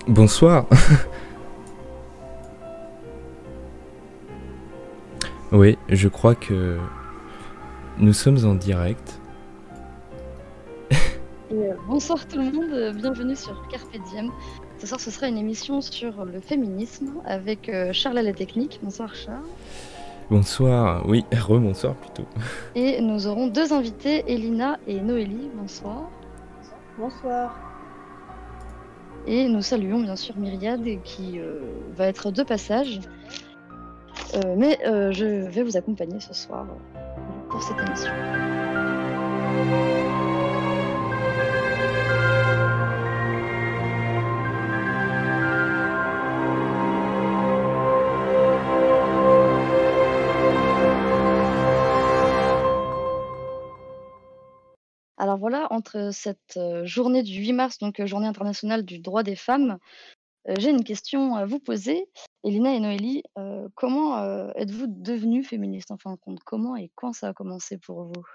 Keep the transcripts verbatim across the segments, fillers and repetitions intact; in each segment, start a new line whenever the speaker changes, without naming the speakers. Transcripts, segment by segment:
Bonsoir. Oui, je crois que nous sommes en direct.
Et heu, bonsoir tout le monde, heu, bienvenue sur Carpe Diem. Ce soir, ce sera une émission sur le féminisme avec, heu, Charles à la technique. Bonsoir Charles.
Bonsoir, oui, rebonsoir plutôt.
Et nous aurons deux invités, Elina et Noélie. Bonsoir.
Bonsoir.
Et nous saluons bien sûr Myriade qui, heu, va être de passage. Heu, mais, heu, je vais vous accompagner ce soir, heu, pour cette émission. Alors voilà, entre cette, heu, journée du huit mars, donc heu, journée internationale du droit des femmes, Heu, j'ai une question à vous poser, Elina et Noélie. Heu, comment, heu, êtes-vous devenues féministes en fin de compte? Comment et quand ça a commencé pour vous?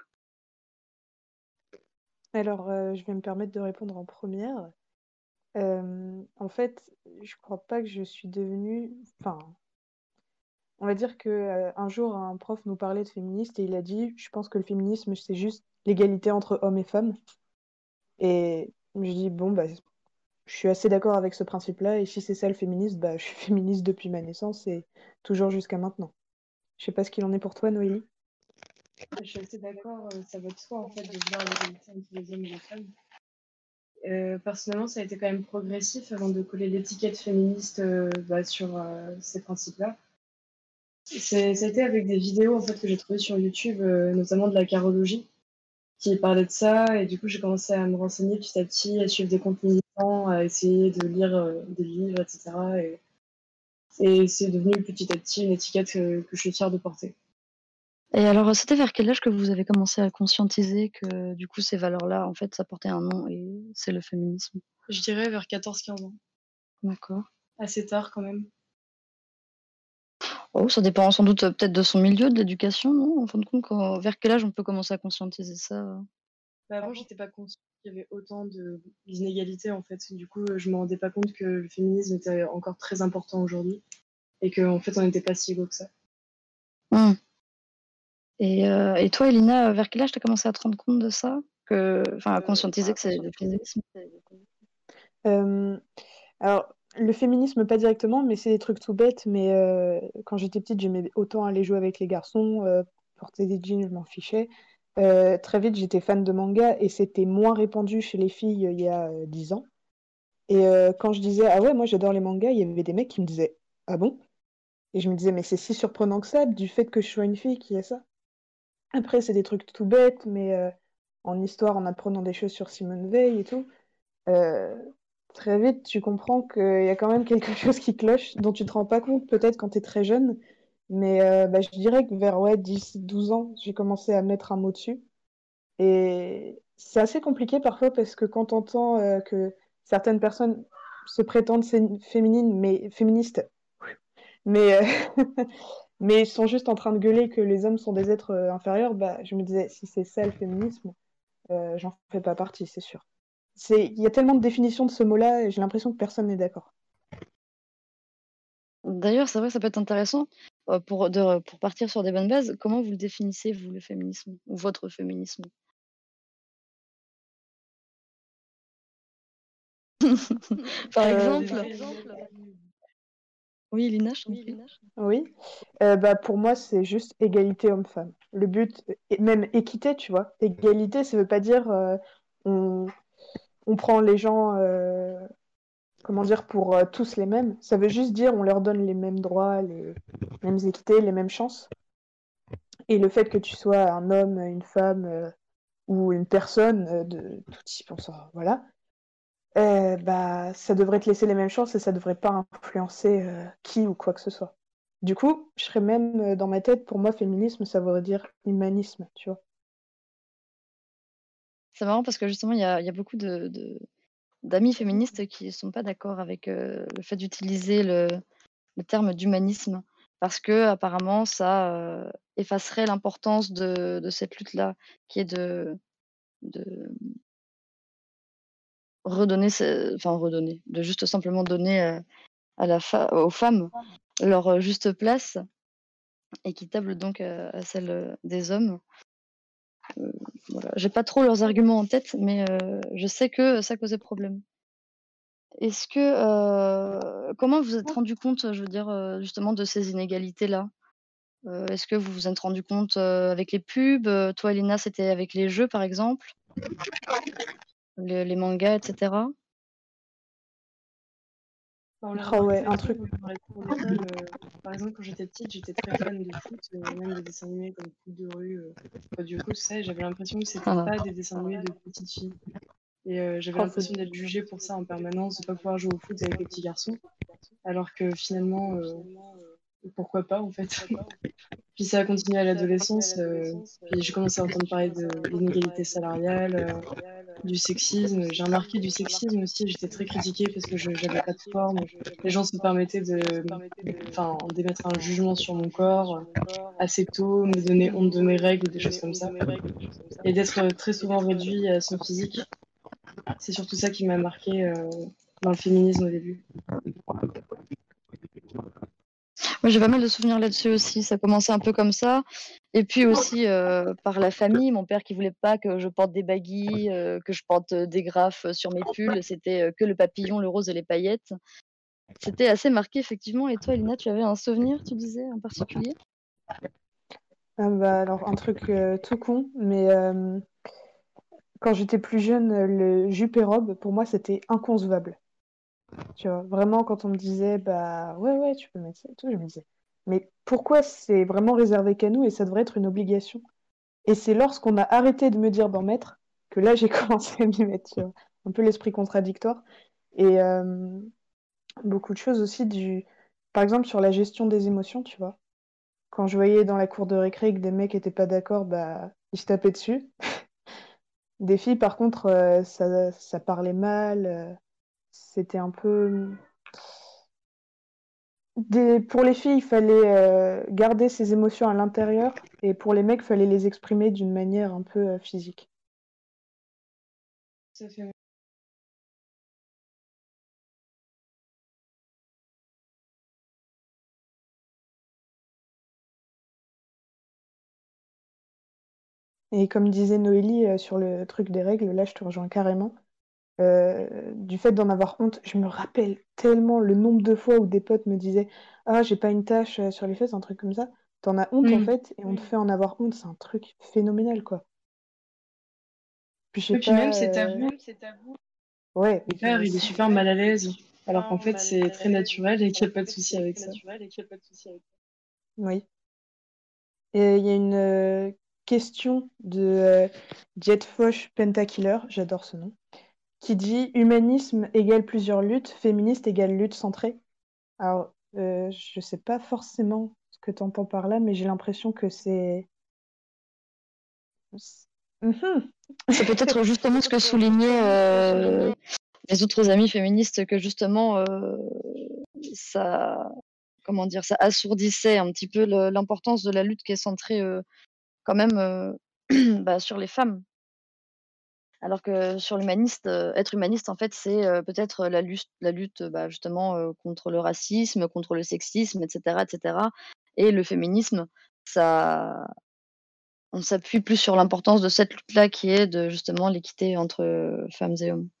Alors, heu, je vais me permettre de répondre en première. Hem, en fait, je crois pas que je suis devenue enfin, on va dire que, heu, un jour, un prof nous parlait de féministes et il a dit: «Je pense que le féminisme, c'est juste l'égalité entre hommes et femmes» et je dis: «Bon, bah, je suis assez d'accord avec ce principe-là et si c'est ça le féminisme, bah, je suis féministe depuis ma naissance et toujours jusqu'à maintenant». Je sais pas ce qu'il en est pour toi, Noélie?
Je suis assez d'accord, heu, ça va de soi en fait de vouloir l'égalité entre les hommes et les femmes. Heu, personnellement, ça a été quand même progressif avant de coller l'étiquette féministe, heu, bah, sur, heu, ces principes-là. C'est ça a été avec des vidéos en fait que j'ai trouvées sur YouTube, heu, notamment de la carologie, qui parlait de ça et du coup j'ai commencé à me renseigner petit à petit, à suivre des comptes militants, à essayer de lire, heu, des livres et cetera et et c'est devenu petit à petit une étiquette, heu, que je suis fière de porter.
Et alors, heu, c'était vers quel âge que vous avez commencé à conscientiser que, du coup, ces valeurs-là, en fait, ça portait un nom et c'est le féminisme?
Je dirais vers quatorze quinze ans,
D'accord.
assez tard quand même.
Oh, ça dépend sans doute, heu, peut-être de son milieu, de l'éducation, non? En fin de compte, quand vers quel âge on peut commencer à conscientiser ça, heu?
Bah, avant, j'étais pas consciente qu'il y avait autant de d'inégalités, en fait. Du coup, heu, je me rendais pas compte que le féminisme était encore très important aujourd'hui et qu'en fait, on n'était pas si égaux que ça.
Mmh. Et heu et toi, Elina, heu, vers quel âge tu as commencé à te rendre compte de ça? Que enfin, à
Heu,
conscientiser
enfin,
que c'est le
conscientiser.
féminisme?
Hem, alors le féminisme pas directement, mais c'est des trucs tout bêtes, mais heu, quand j'étais petite, j'aimais autant aller jouer avec les garçons, heu, porter des jeans, je m'en fichais. Heu, très vite, j'étais fan de manga et c'était moins répandu chez les filles, heu, il y a, heu, dix ans et heu, quand je disais: «Ah ouais, moi j'adore les mangas», il y avait des mecs qui me disaient: «Ah bon?» et je me disais: «Mais c'est si surprenant que ça, du fait que je sois une fille qui a ça?» Après, c'est des trucs tout bêtes, mais heu, en histoire, en apprenant des choses sur Simone Veil et tout, Heu, très vite, tu comprends qu'il y a quand même quelque chose qui cloche, dont tu te rends pas compte peut-être quand tu es très jeune. Mais, heu, bah, je dirais que vers, ouais, dix douze ans, j'ai commencé à mettre un mot dessus et c'est assez compliqué parfois parce que quand tu entends, heu, que certaines personnes se prétendent sén féminines mais féministes, mais, heu, mais sont juste en train de gueuler que les hommes sont des êtres, heu, inférieurs, bah, je me disais: «Si c'est ça le féminisme, heu, j'en fais pas partie, c'est sûr». C'est il y a tellement de définitions de ce mot-là et j'ai l'impression que personne n'est d'accord.
D'ailleurs, c'est vrai que ça peut être intéressant, heu, pour de pour partir sur des bonnes bases. Comment vous le définissez, vous, le féminisme ou votre féminisme? Par
Heu,
exemple? Oui, Lina, je t'en prie.
oui, heu, bah, pour moi, c'est juste égalité homme-femme. Le but et même équité, tu vois? Égalité, ça veut pas dire, heu, on on prend les gens, heu, comment dire? Pour, heu, tous les mêmes. Ça veut juste dire on leur donne les mêmes droits, les mêmes équités, les mêmes chances et le fait que tu sois un homme, une femme, heu, ou une personne, heu, de tout type, on s'en voilà. Heu, bah, ça devrait te laisser les mêmes chances et ça devrait pas influencer, heu, qui ou quoi que ce soit. Du coup, je serais même, heu, dans ma tête, pour moi, féminisme, ça voudrait dire humanisme, tu vois?
C'est marrant parce que justement, il y a il y a beaucoup de de d'amis féministes qui sont pas d'accord avec, heu, le fait d'utiliser le le terme d'humanisme parce qu'apparemment ça, heu, effacerait l'importance de de cette lutte-là qui est de de redonner ce enfin redonner, de juste simplement donner, heu, à la fa aux femmes leur, heu, juste place, équitable donc, heu, à celle, heu, des hommes. Heu, voilà, j'ai pas trop leurs arguments en tête, mais, heu, je sais que ça causait problème. Est-ce que, heu comment vous vous êtes rendu compte, je veux dire, heu, justement de ces inégalités-là? Heu, est-ce que vous vous êtes rendu compte, heu, avec les pubs? Heu, toi, Elina, c'était avec les jeux, par exemple? Les les mangas, et cetera?
Bah, on l'a
Ah ouais,
remarqué
un
très tôt
truc.
dans les cours d'école, heu, par exemple, quand j'étais petite, j'étais très fan de foot, heu, même des dessins animés comme Foot de rue, heu, bah, du coup, ça et j'avais l'impression que c'était
Ah
pas des dessins animés de petites filles et heu, j'avais
Oh, faut...
l'impression d'être jugée pour ça en permanence, de pas pouvoir jouer au foot avec les petits garçons, alors que finalement, heu, pourquoi pas, en fait? Puis ça a continué à l'adolescence, heu, puis j'ai commencé à entendre parler de l'inégalité salariale, heu, du sexisme. J'ai remarqué du sexisme aussi, j'étais très critiquée parce que je j'avais pas de forme. Les gens se permettaient de enfin, d'émettre un jugement sur mon corps, heu, assez tôt, me donner honte de mes règles ou des choses comme ça et d'être, heu, très souvent réduit à son physique. C'est surtout ça qui m'a marquée, heu, dans le féminisme au début.
Moi, j'ai pas mal de souvenirs là-dessus aussi. Ça commençait un peu comme ça et puis aussi, heu, par la famille. Mon père qui voulait pas que je porte des baggy, heu, que je porte, heu, des graphes, heu, sur mes pulls. C'était, heu, que le papillon, le rose et les paillettes. C'était assez marqué effectivement et toi, Elina, tu avais un souvenir, tu disais, en particulier?
Ah bah, alors, un truc euh, tout con, mais euh, quand j'étais plus jeune, euh, le jupe et robe, pour moi, c'était inconcevable. Tu vois, vraiment, quand on me disait, bah ouais, ouais, tu peux mettre ça et tout, je me disais, mais pourquoi c'est vraiment réservé qu'à nous et ça devrait être une obligation? Et c'est lorsqu'on a arrêté de me dire d'en mettre que là, j'ai commencé à m'y mettre, tu vois. Un peu l'esprit contradictoire. Et euh, beaucoup de choses aussi du... Par exemple, sur la gestion des émotions, tu vois. Quand je voyais dans la cour de récré que des mecs étaient pas d'accord, bah, ils se tapaient dessus. Des filles, par contre, euh, ça, ça parlait mal. euh, C'était un peu... Des... Pour les filles, il fallait euh, garder ses émotions à l'intérieur. Et pour les mecs, il fallait les exprimer d'une manière un peu euh, physique.
Ça fait
Et comme disait Noélie euh, sur le truc des règles, là je te rejoins carrément. Euh, du fait d'en avoir honte, je me rappelle tellement le nombre de fois où des potes me disaient Ah, j'ai pas une tache euh, sur les fesses, un truc comme ça. T'en as honte en
Mmh.
fait, et on te fait en avoir honte, c'est un truc phénoménal quoi. Puis je sais
oui, puis même
pas.
c'est
euh,
tabou.
Ouais,
Mon
puis
père, il est
c'est-
super mal à l'aise, alors qu'en fait, c'est très naturel et qu'il n'y a pas de souci avec ça.
oui. Et il y a une euh, question de euh, Jetfosh Pentakiller, j'adore ce nom, qui dit humanisme égale plusieurs luttes, féministe égale lutte centrée. Alors, euh, je sais pas forcément ce que tu entends par là, mais j'ai l'impression que c'est... Mhm.
C'est peut-être justement ce que soulignaient, heu, les autres amis féministes que justement, heu, ça comment dire? Ça assourdissait un petit peu le l'importance de la lutte qui est centrée, heu, quand même, heu, bah, sur les femmes. Alors que sur l'humaniste, heu, être humaniste, en fait, c'est, heu, peut-être la lutte la lutte, bah, justement, heu, contre le racisme, contre le sexisme et cetera et cetera et le féminisme, ça on s'appuie plus sur l'importance de cette lutte-là qui est de justement l'équité entre, heu, femmes et hommes.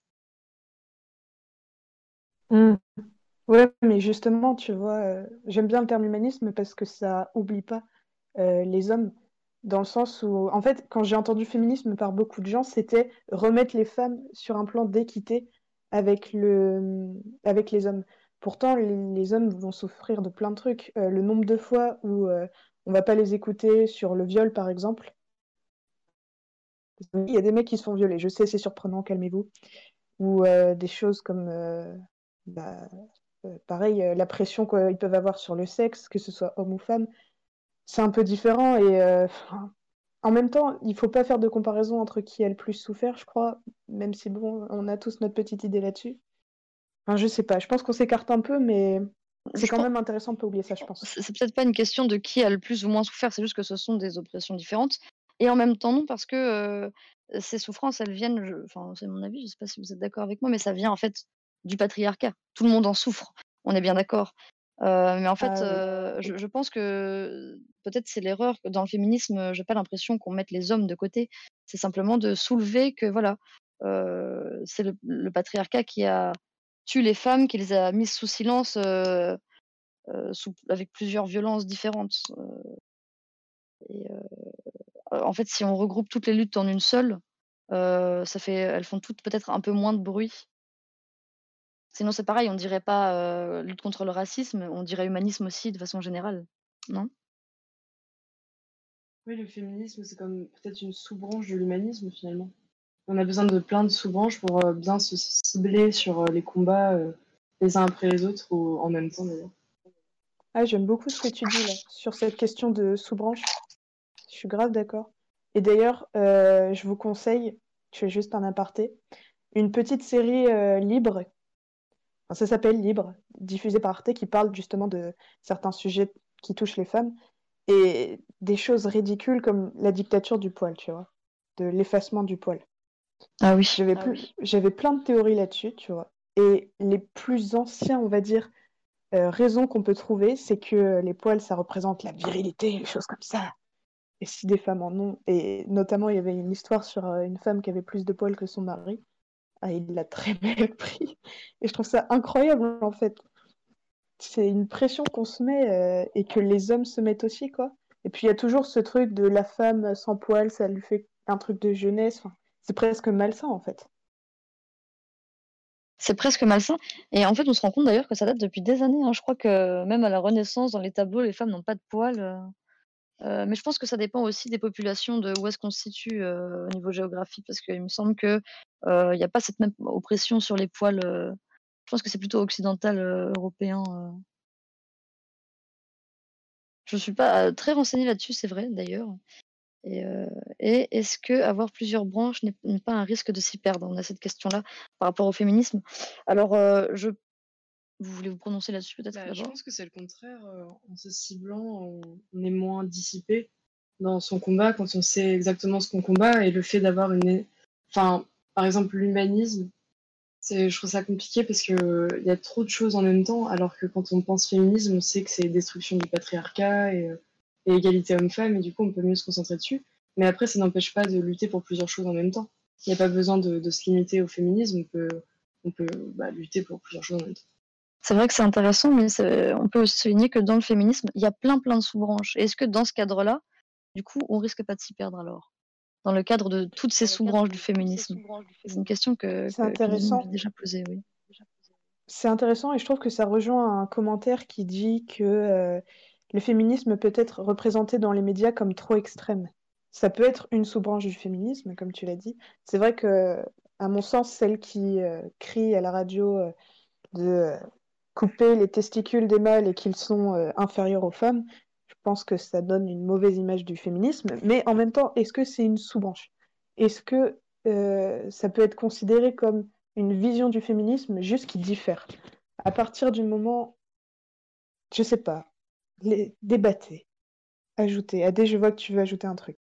Mm. Ouais, mais justement, tu vois, euh, j'aime bien le terme humanisme parce que ça oublie pas euh, les hommes, dans le sens où, en fait, quand j'ai entendu féminisme par beaucoup de gens, c'était remettre les femmes sur un plan d'équité avec le, avec les hommes. Pourtant, les, les hommes vont souffrir de plein de trucs. Euh, le nombre de fois où euh, on va pas les écouter sur le viol, par exemple. Il y a des mecs qui se font violer. Je sais, c'est surprenant, calmez-vous. Ou euh, des choses comme, euh, bah, euh, pareil, euh, la pression qu'ils peuvent avoir sur le sexe, que ce soit homme ou femme. C'est un peu différent et euh, en même temps, il faut pas faire de comparaison entre qui a le plus souffert, je crois, même si bon, on a tous notre petite idée là-dessus. Enfin, je sais pas, je pense qu'on s'écarte un peu, mais c'est
Je
quand
pen
même intéressant de pas oublier ça, je pense.
c'est c'est peut-être pas une question de qui a le plus ou moins souffert, c'est juste que ce sont des oppressions différentes et en même temps non parce que, heu, ces souffrances, elles viennent, je enfin, c'est mon avis, je sais pas si vous êtes d'accord avec moi, mais ça vient en fait du patriarcat. Tout le monde en souffre, on est bien d'accord. Heu, mais en fait,
Ah oui.
heu, je je pense que peut-être c'est l'erreur que dans le féminisme, heu, j'ai pas l'impression qu'on mette les hommes de côté. C'est simplement de soulever que voilà, heu, c'est le le patriarcat qui a tué les femmes, qui les a mises sous silence, heu heu, sous avec plusieurs violences différentes, heu et heu, en fait, si on regroupe toutes les luttes en une seule, heu, ça fait elles font toutes peut-être un peu moins de bruit. Sinon, c'est pareil, on dirait pas, heu, lutte contre le racisme, on dirait humanisme aussi de façon générale, non?
Oui, le féminisme, c'est comme peut-être une sous-branche de l'humanisme finalement. On a besoin de plein de sous-branches pour euh, bien se cibler sur euh, les combats euh, les uns après les autres ou en même temps d'ailleurs.
Ah, j'aime beaucoup ce que tu dis là, sur cette question de sous-branche. Je suis grave d'accord. Et d'ailleurs, euh, je vous conseille, je fais juste un aparté, une petite série euh, libre, enfin, ça s'appelle Libre, diffusée par Arte, qui parle justement de certains sujets qui touchent les femmes et des choses ridicules comme la dictature du poil, tu vois, de l'effacement du poil.
Ah oui.
J'avais
Ah
ple-
oui.
j'avais plein de théories là-dessus, tu vois. Et les plus anciens, on va dire, euh, raisons qu'on peut trouver, c'est que les poils, ça représente la virilité, des choses comme ça. Et si des femmes en ont, et notamment il y avait une histoire sur euh, une femme qui avait plus de poils que son mari, ah, il l'a très mal pris. Et je trouve ça incroyable en fait. C'est une pression qu'on se met euh, et que les hommes se mettent aussi, quoi. Et puis il y a toujours ce truc de la femme sans poils, ça lui fait un truc de jeunesse. Enfin, c'est presque malsain en fait.
C'est presque malsain et en fait, on se rend compte d'ailleurs que ça date depuis des années, hein. Je crois que même à la Renaissance, dans les tableaux, les femmes n'ont pas de poils, heu heu, mais je pense que ça dépend aussi des populations, de où est-ce qu'on se situe, heu, au niveau géographique. Parce qu'il me semble que, heu, il y a pas cette même oppression sur les poils, heu, je pense que c'est plutôt occidental, heu, européen, heu. Je suis pas, heu, très renseignée là-dessus, c'est vrai d'ailleurs. Et, heu et est-ce qu'avoir plusieurs branches n'est n'est pas un risque de s'y perdre? On a cette question-là par rapport au féminisme. Alors, heu, je vous voulez vous prononcer là-dessus peut-être
Bah, je
d'abord?
pense que c'est le contraire. euh, en se ciblant, on, on est moins dissipé dans son combat quand on sait exactement ce qu'on combat et le fait d'avoir une... Enfin, par exemple, l'humanisme, c'est, je trouve ça compliqué parce que euh, il y a trop de choses en même temps, alors que quand on pense féminisme, on sait que c'est destruction du patriarcat et, euh, et égalité homme-femme, et du coup, on peut mieux se concentrer dessus. Mais après, ça n'empêche pas de lutter pour plusieurs choses en même temps. Il n'y a pas besoin de, de se limiter au féminisme, on peut, on peut bah, lutter pour plusieurs choses en même temps.
C'est vrai que c'est intéressant, mais c'est on peut aussi souligner que dans le féminisme, il y a plein, plein de sous-branches. Et est-ce que dans ce cadre-là, du coup, on risque pas de s'y perdre alors? Dans le cadre de toutes ces sous-branches du féminisme? C'est une question que
C'est
que que je me suis
intéressant.
déjà posée, oui.
C'est intéressant et je trouve que ça rejoint un commentaire qui dit que euh, le féminisme peut être représenté dans les médias comme trop extrême. Ça peut être une sous-branche du féminisme, comme tu l'as dit. C'est vrai que, à mon sens, celle qui euh, crie à la radio euh, de euh, couper les testicules des mâles et qu'ils sont euh, inférieurs aux femmes, je pense que ça donne une mauvaise image du féminisme. Mais en même temps, est-ce que c'est une sous-branche? Est-ce que euh, ça peut être considéré comme une vision du féminisme juste qui diffère? À partir du moment, je sais pas, les... débattez, ajoutez. Adé, je vois que tu veux ajouter un truc.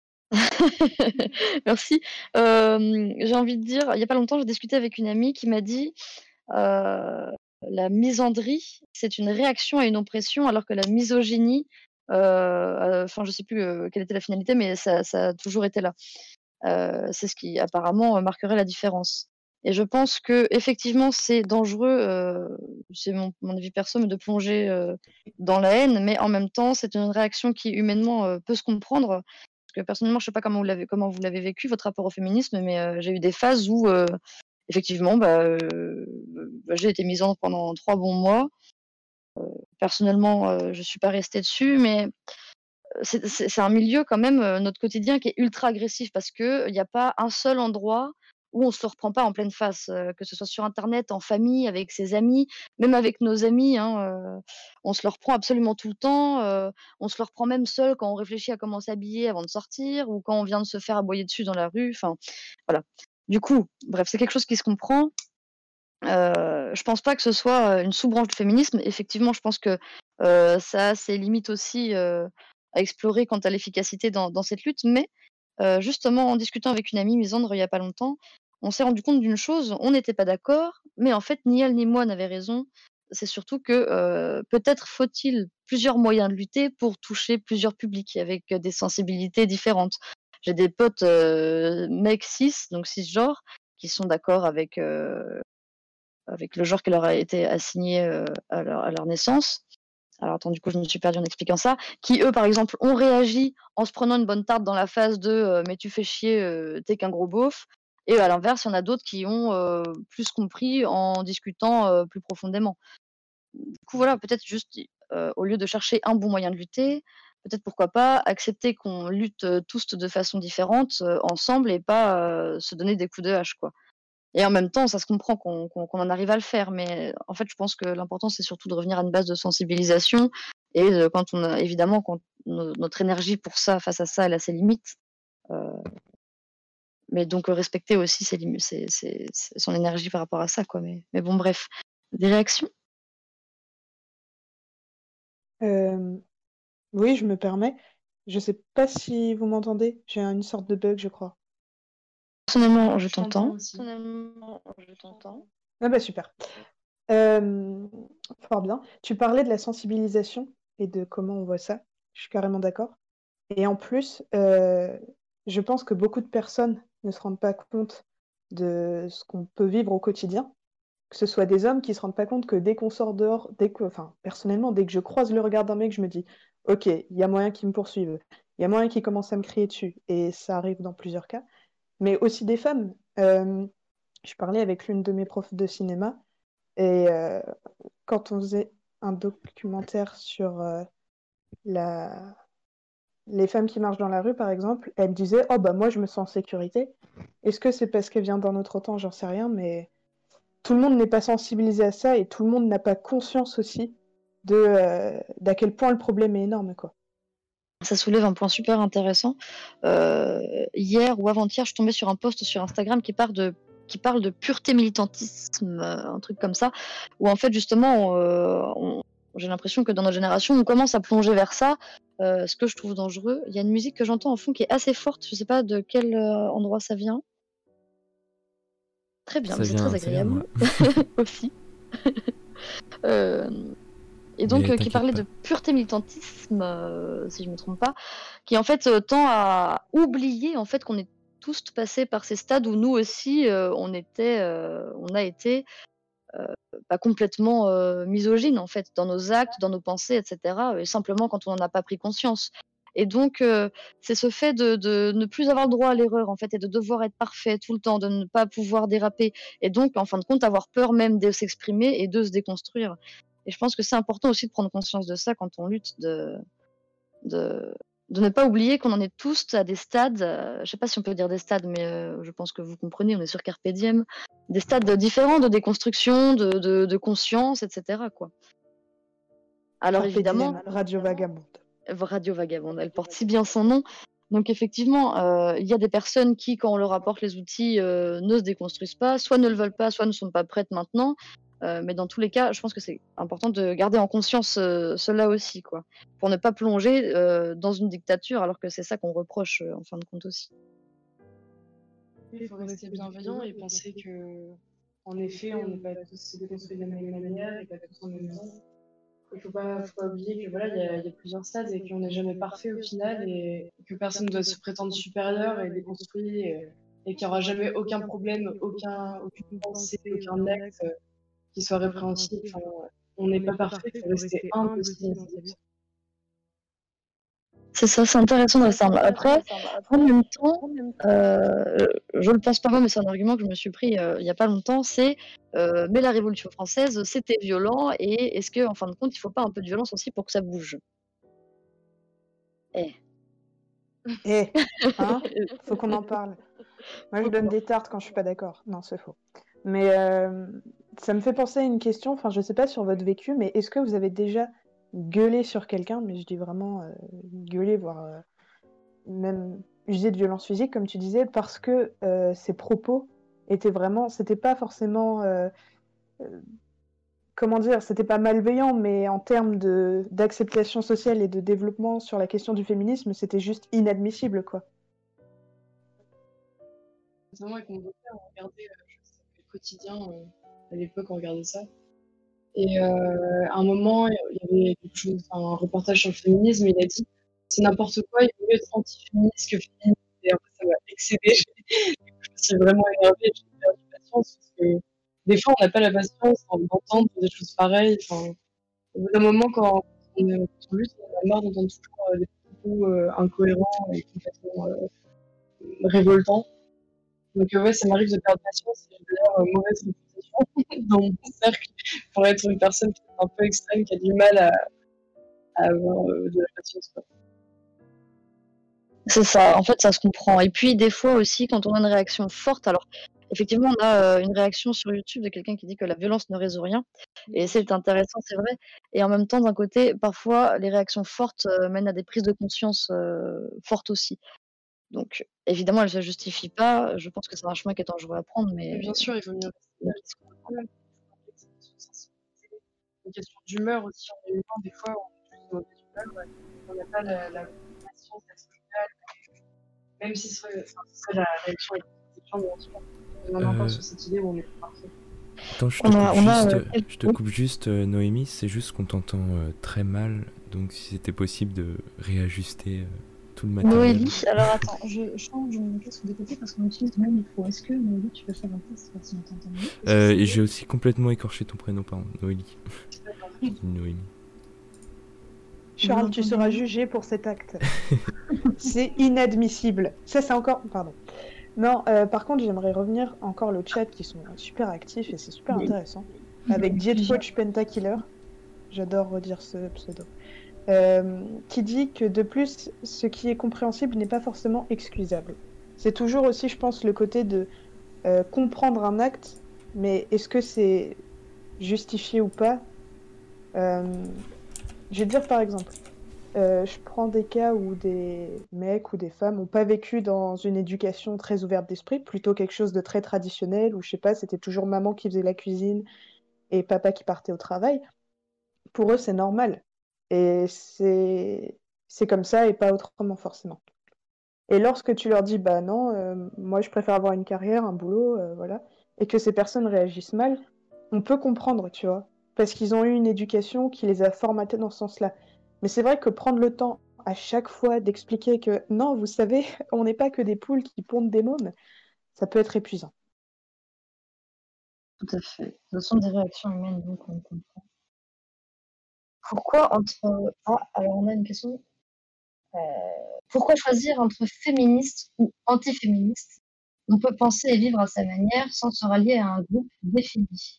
Merci. Hem, j'ai envie de dire, il y a pas longtemps, j'ai discuté avec une amie qui m'a dit, heu, la misandrie, c'est une réaction à une oppression, alors que la misogynie, heu heu, enfin je sais plus, heu, quelle était la finalité, mais ça ça a toujours été là. Heu, c'est ce qui apparemment, heu, marquerait la différence et je pense qu'effectivement c'est dangereux, heu, c'est mon mon avis perso, mais de plonger, heu, dans la haine, mais en même temps, c'est une réaction qui humainement, heu, peut se comprendre. Parce que personnellement, je sais pas comment vous l'avez comment vous l'avez vécu votre rapport au féminisme, mais heu, j'ai eu des phases où, heu, effectivement, bah, heu, bah, j'ai été misandre pendant trois bons mois. Personnellement, heu, je suis pas restée dessus, mais c'est c'est c'est un milieu quand même, heu, notre quotidien qui est ultra agressif parce qu'il y a pas un seul endroit où on se le reprend pas en pleine face, heu, que ce soit sur internet, en famille, avec ses amis, même avec nos amis, hein, heu, on se le reprend absolument tout le temps, heu, on se le reprend même seul quand on réfléchit à comment s'habiller avant de sortir ou quand on vient de se faire aboyer dessus dans la rue, enfin, voilà. Du coup, bref, c'est quelque chose qui se comprend. Heu, je pense pas que ce soit, heu, une sous-branche du féminisme. Effectivement, je pense que, heu, ça a ses limites aussi, heu, à explorer quant à l'efficacité dans dans cette lutte, mais Heu, justement, en discutant avec une amie, Misandre, il y a pas longtemps, on s'est rendu compte d'une chose, on n'était pas d'accord, mais en fait, ni elle ni moi n'avait raison. C'est surtout que, heu, peut-être faut-il plusieurs moyens de lutter pour toucher plusieurs publics avec, heu, des sensibilités différentes. J'ai des potes, heu, mecs cis, donc cisgenres, qui sont d'accord avec, heu, avec le genre qui leur a été assigné, heu, à leur à leur naissance. Alors attends, du coup, je me suis perdue en expliquant ça. Qui, eux, par exemple, ont réagi en se prenant une bonne tarte dans la face de euh, mais tu fais chier, euh, t'es qu'un gros beauf. Et à l'inverse, il y en a d'autres qui ont euh, plus compris en discutant euh, plus profondément. Du coup, voilà, peut-être juste, euh, au lieu de chercher un bon moyen de lutter, peut-être pourquoi pas accepter qu'on lutte euh, tous de façon différente euh, ensemble et pas euh, se donner des coups de hache, quoi. Et en même temps, ça se comprend qu'on qu'on qu'on en arrive à le faire, mais en fait, je pense que l'important, c'est surtout de revenir à une base de sensibilisation et heu, quand on a évidemment, quand no notre énergie pour ça, face à ça, elle a ses limites, heu, mais donc heu, respecter aussi ses limi ses ses ses son énergie par rapport à ça, quoi, mais mais bon, bref. Des réactions?
Euh, oui, je me permets. Je sais pas si vous m'entendez. J'ai une sorte de bug, je crois.
Personnellement, je
Je t'entends
t'entends.
aussi.
Personnellement, je t'entends.
Ah bah super. Euh, Fort bien. Tu parlais de la sensibilisation et de comment on voit ça. Je suis carrément d'accord. Et en plus, euh, je pense que beaucoup de personnes ne se rendent pas compte de ce qu'on peut vivre au quotidien. Que ce soit des hommes qui se rendent pas compte que dès qu'on sort dehors, dès que, enfin, personnellement, dès que je croise le regard d'un mec, je me dis, ok, il y a moyen qu'il me poursuive, il y a moyen qu'il commence à me crier dessus, et ça arrive dans plusieurs cas. Mais aussi des femmes. Euh, je parlais avec l'une de mes profs de cinéma, et euh, quand on faisait un documentaire sur euh, la... les femmes qui marchent dans la rue, par exemple, elle me disait, oh bah moi je me sens en sécurité. Est-ce que c'est parce qu'elle vient d'un autre temps? J'en sais rien, mais tout le monde n'est pas sensibilisé à ça et tout le monde n'a pas conscience aussi de euh, d'à quel point le problème est énorme, quoi.
Ça soulève un point super intéressant. Euh, hier ou avant-hier, je suis tombée sur un post sur Instagram qui parle de, qui parle de pureté militantisme, euh, un truc comme ça, où en fait justement, euh, on- j'ai l'impression que dans notre génération, on commence à plonger vers ça, euh, ce que je trouve dangereux. Il y a une musique que j'entends en fond qui est assez forte, je sais pas de quel euh, endroit ça vient. Très bien,
Ça
mais c'est très
vient, ça vient de moi.
agréable aussi. Euh, et donc
Mais
euh, qui
t'inquiète
parlait
pas.
de pureté militantisme, euh, si je me trompe pas, qui en fait euh, tend à oublier en fait qu'on est tous passés par ces stades où nous aussi euh, on était, euh, on a été euh, pas complètement euh, misogyne en fait dans nos actes, dans nos pensées, et cetera. Et simplement quand on n'en a pas pris conscience. Et donc euh, c'est ce fait de, de ne plus avoir le droit à l'erreur en fait et de devoir être parfait tout le temps, de ne pas pouvoir déraper et donc en fin de compte avoir peur même de s'exprimer et de se déconstruire. Et je pense que c'est important aussi de prendre conscience de ça quand on lutte, de, de, de ne pas oublier qu'on en est tous à des stades, euh, je ne sais pas si on peut dire des stades, mais euh, je pense que vous comprenez, on est sur Carpe Diem, des stades différents de déconstruction, de, de, de conscience, et cetera, quoi. Alors
Carpe
évidemment,
Diem, Radio Vagabonde.
Radio Vagabonde, elle porte si bien son nom. Donc effectivement, euh, il y a des personnes qui, quand on leur apporte les outils, euh, ne se déconstruisent pas, soit ne le veulent pas, soit ne sont pas prêtes maintenant. Euh, mais dans tous les cas, je pense que c'est important de garder en conscience euh, cela aussi, quoi, pour ne pas plonger euh, dans une dictature, alors que c'est ça qu'on reproche euh, en fin de compte aussi.
Il faut rester bienveillant et penser que, en effet, on n'est pas tous déconstruits de la même manière et pas tous en même temps. Il ne faut pas, faut pas oublier que voilà, il y a, il y a plusieurs stades et qu'on n'est jamais parfait au final et que personne ne doit se prétendre supérieur et déconstruit et, et qu'il n'y aura jamais aucun problème, aucun, aucune pensée, aucun acte euh, qui soit répréhensible. Enfin, on n'est pas parfait, il faut rester humble aussi dans sa vie.
C'est ça, c'est intéressant de rester humble. Après, en même temps, euh, je ne le pense pas moi, mais c'est un argument que je me suis pris euh, il n'y a pas longtemps, c'est euh, mais la Révolution française, c'était violent, et est-ce qu'en fin de compte, il ne faut pas un peu de violence aussi pour que ça bouge? Eh.
Eh, hein, faut qu'on en parle. Moi, je donne des tartes quand je suis pas d'accord. Non, c'est faux. Mais euh, ça me fait penser à une question. Enfin, je sais pas sur votre vécu, mais est-ce que vous avez déjà gueulé sur quelqu'un? Mais je dis vraiment euh, gueuler, voire euh, même user de violence physique, comme tu disais, parce que euh, ses propos étaient vraiment, c'était pas forcément, euh, euh, comment dire, c'était pas malveillant, mais en termes de d'acceptation sociale et de développement sur la question du féminisme, c'était juste inadmissible, quoi.
Notamment avec mon beau-père, on regardait euh, je sais, le quotidien, euh, à l'époque, on regardait ça. Et euh, à un moment, il y avait quelque chose, un reportage sur le féminisme, et il a dit c'est n'importe quoi, il vaut mieux être anti-féministe que féministe. Et après, ça m'a excédé. Je me suis vraiment énervée, j'ai perdu patience parce que des fois, on n'a pas la patience d'entendre des choses pareilles. Enfin, au bout d'un moment, quand on est en lutte, on a marre d'entendre toujours euh, des propos euh, incohérents et complètement euh, révoltants. Donc euh, ouais, ça m'arrive de perdre patience. J'ai d'ailleurs euh, mauvaise réputation dans mon cercle pour être une personne qui est un peu extrême, qui a du mal à, à avoir euh, de la patience, quoi.
C'est ça, en fait, ça se comprend. Et puis, des fois aussi, quand on a une réaction forte, alors, effectivement, on a euh, une réaction sur YouTube de quelqu'un qui dit que la violence ne résout rien. Et c'est intéressant, c'est vrai. Et en même temps, d'un côté, parfois, les réactions fortes euh, mènent à des prises de conscience euh, fortes aussi. Donc, évidemment, elles ne se justifient pas. Je pense que c'est un chemin qui est dangereux à prendre,
Mais
mais
bien sûr, il vaut mieux rester réaliste qu'on est quand même. C'est une question de sensibilité, une question d'humeur aussi. On est humain, des fois, on est juste de mauvaise humeur, ouais. On n'a pas la, la patience d'être calme, même si ce serait, enfin, ce serait la réaction avec protection, bien sûr. Mais on est encore
Euh,
sur cette idée où on est parfait.
Attends, je te
on
coupe
a, on a
juste,
euh,
je te
oui.
coupe juste, euh, Noémie, c'est juste qu'on t'entend euh, très mal, donc si c'était possible de réajuster euh, tout le matériel.
Noélie. Alors, attends, je change mon casque de côté parce qu'on utilise le même micro. Est-ce que, Noélie, tu peux faire un test voir si on t'entend mieux?
Euh, et j'ai aussi complètement écorché ton prénom, pardon, Noélie. J'ai dit Noémie.
Charles, tu seras jugé pour cet acte. C'est inadmissible. Ça, c'est encore... Pardon. Non, euh, par contre, j'aimerais revenir encore le chat qui sont super actifs et c'est super intéressant. Avec Dietcoach Pentakiller, j'adore redire ce pseudo, euh, qui dit que de plus, ce qui est compréhensible n'est pas forcément excusable. C'est toujours aussi, je pense, le côté de euh, comprendre un acte, mais est-ce que c'est justifié ou pas? euh, Je vais te dire par exemple. Euh, je prends des cas où des mecs ou des femmes n'ont pas vécu dans une éducation très ouverte d'esprit, plutôt quelque chose de très traditionnel, où je sais pas, c'était toujours maman qui faisait la cuisine et papa qui partait au travail. Pour eux, c'est normal. Et c'est c'est comme ça et pas autrement forcément. Et lorsque tu leur dis, bah non, euh, moi je préfère avoir une carrière, un boulot, euh, voilà, et que ces personnes réagissent mal, on peut comprendre, tu vois, parce qu'ils ont eu une éducation qui les a formatés dans ce sens-là. Mais c'est vrai que prendre le temps à chaque fois d'expliquer que non, vous savez, on n'est pas que des poules qui pondent des mômes, ça peut être épuisant.
Tout à fait. Ce sont des réactions humaines, donc on comprend. Pourquoi entre... Ah, alors on a une question. Euh, pourquoi choisir entre féministe ou antiféministe? On peut penser et vivre à sa manière sans se rallier à un groupe défini.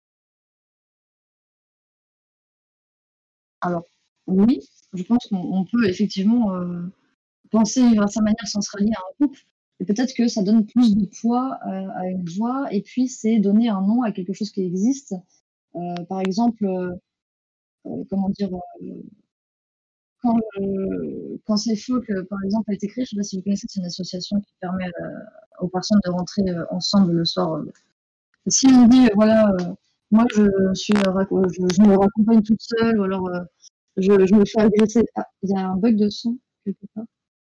Alors, oui, je pense qu'on on peut effectivement euh, penser et vivre à sa manière sans se rallier à un groupe. Et peut-être que ça donne plus de poids euh, à une voix, et puis c'est donner un nom à quelque chose qui existe. Euh, par exemple, euh, euh, comment dire, euh, quand, euh, quand c'est faux que, par exemple, a été créé, je ne sais pas si vous connaissez, c'est une association qui permet euh, aux personnes de rentrer euh, ensemble le soir. Euh. Si on dit, euh, voilà, euh, moi je, suis, euh, rac- je, je me raccompagne toute seule, ou alors euh, je, je me fais agresser. Ah, il y a un bug de son quelque part.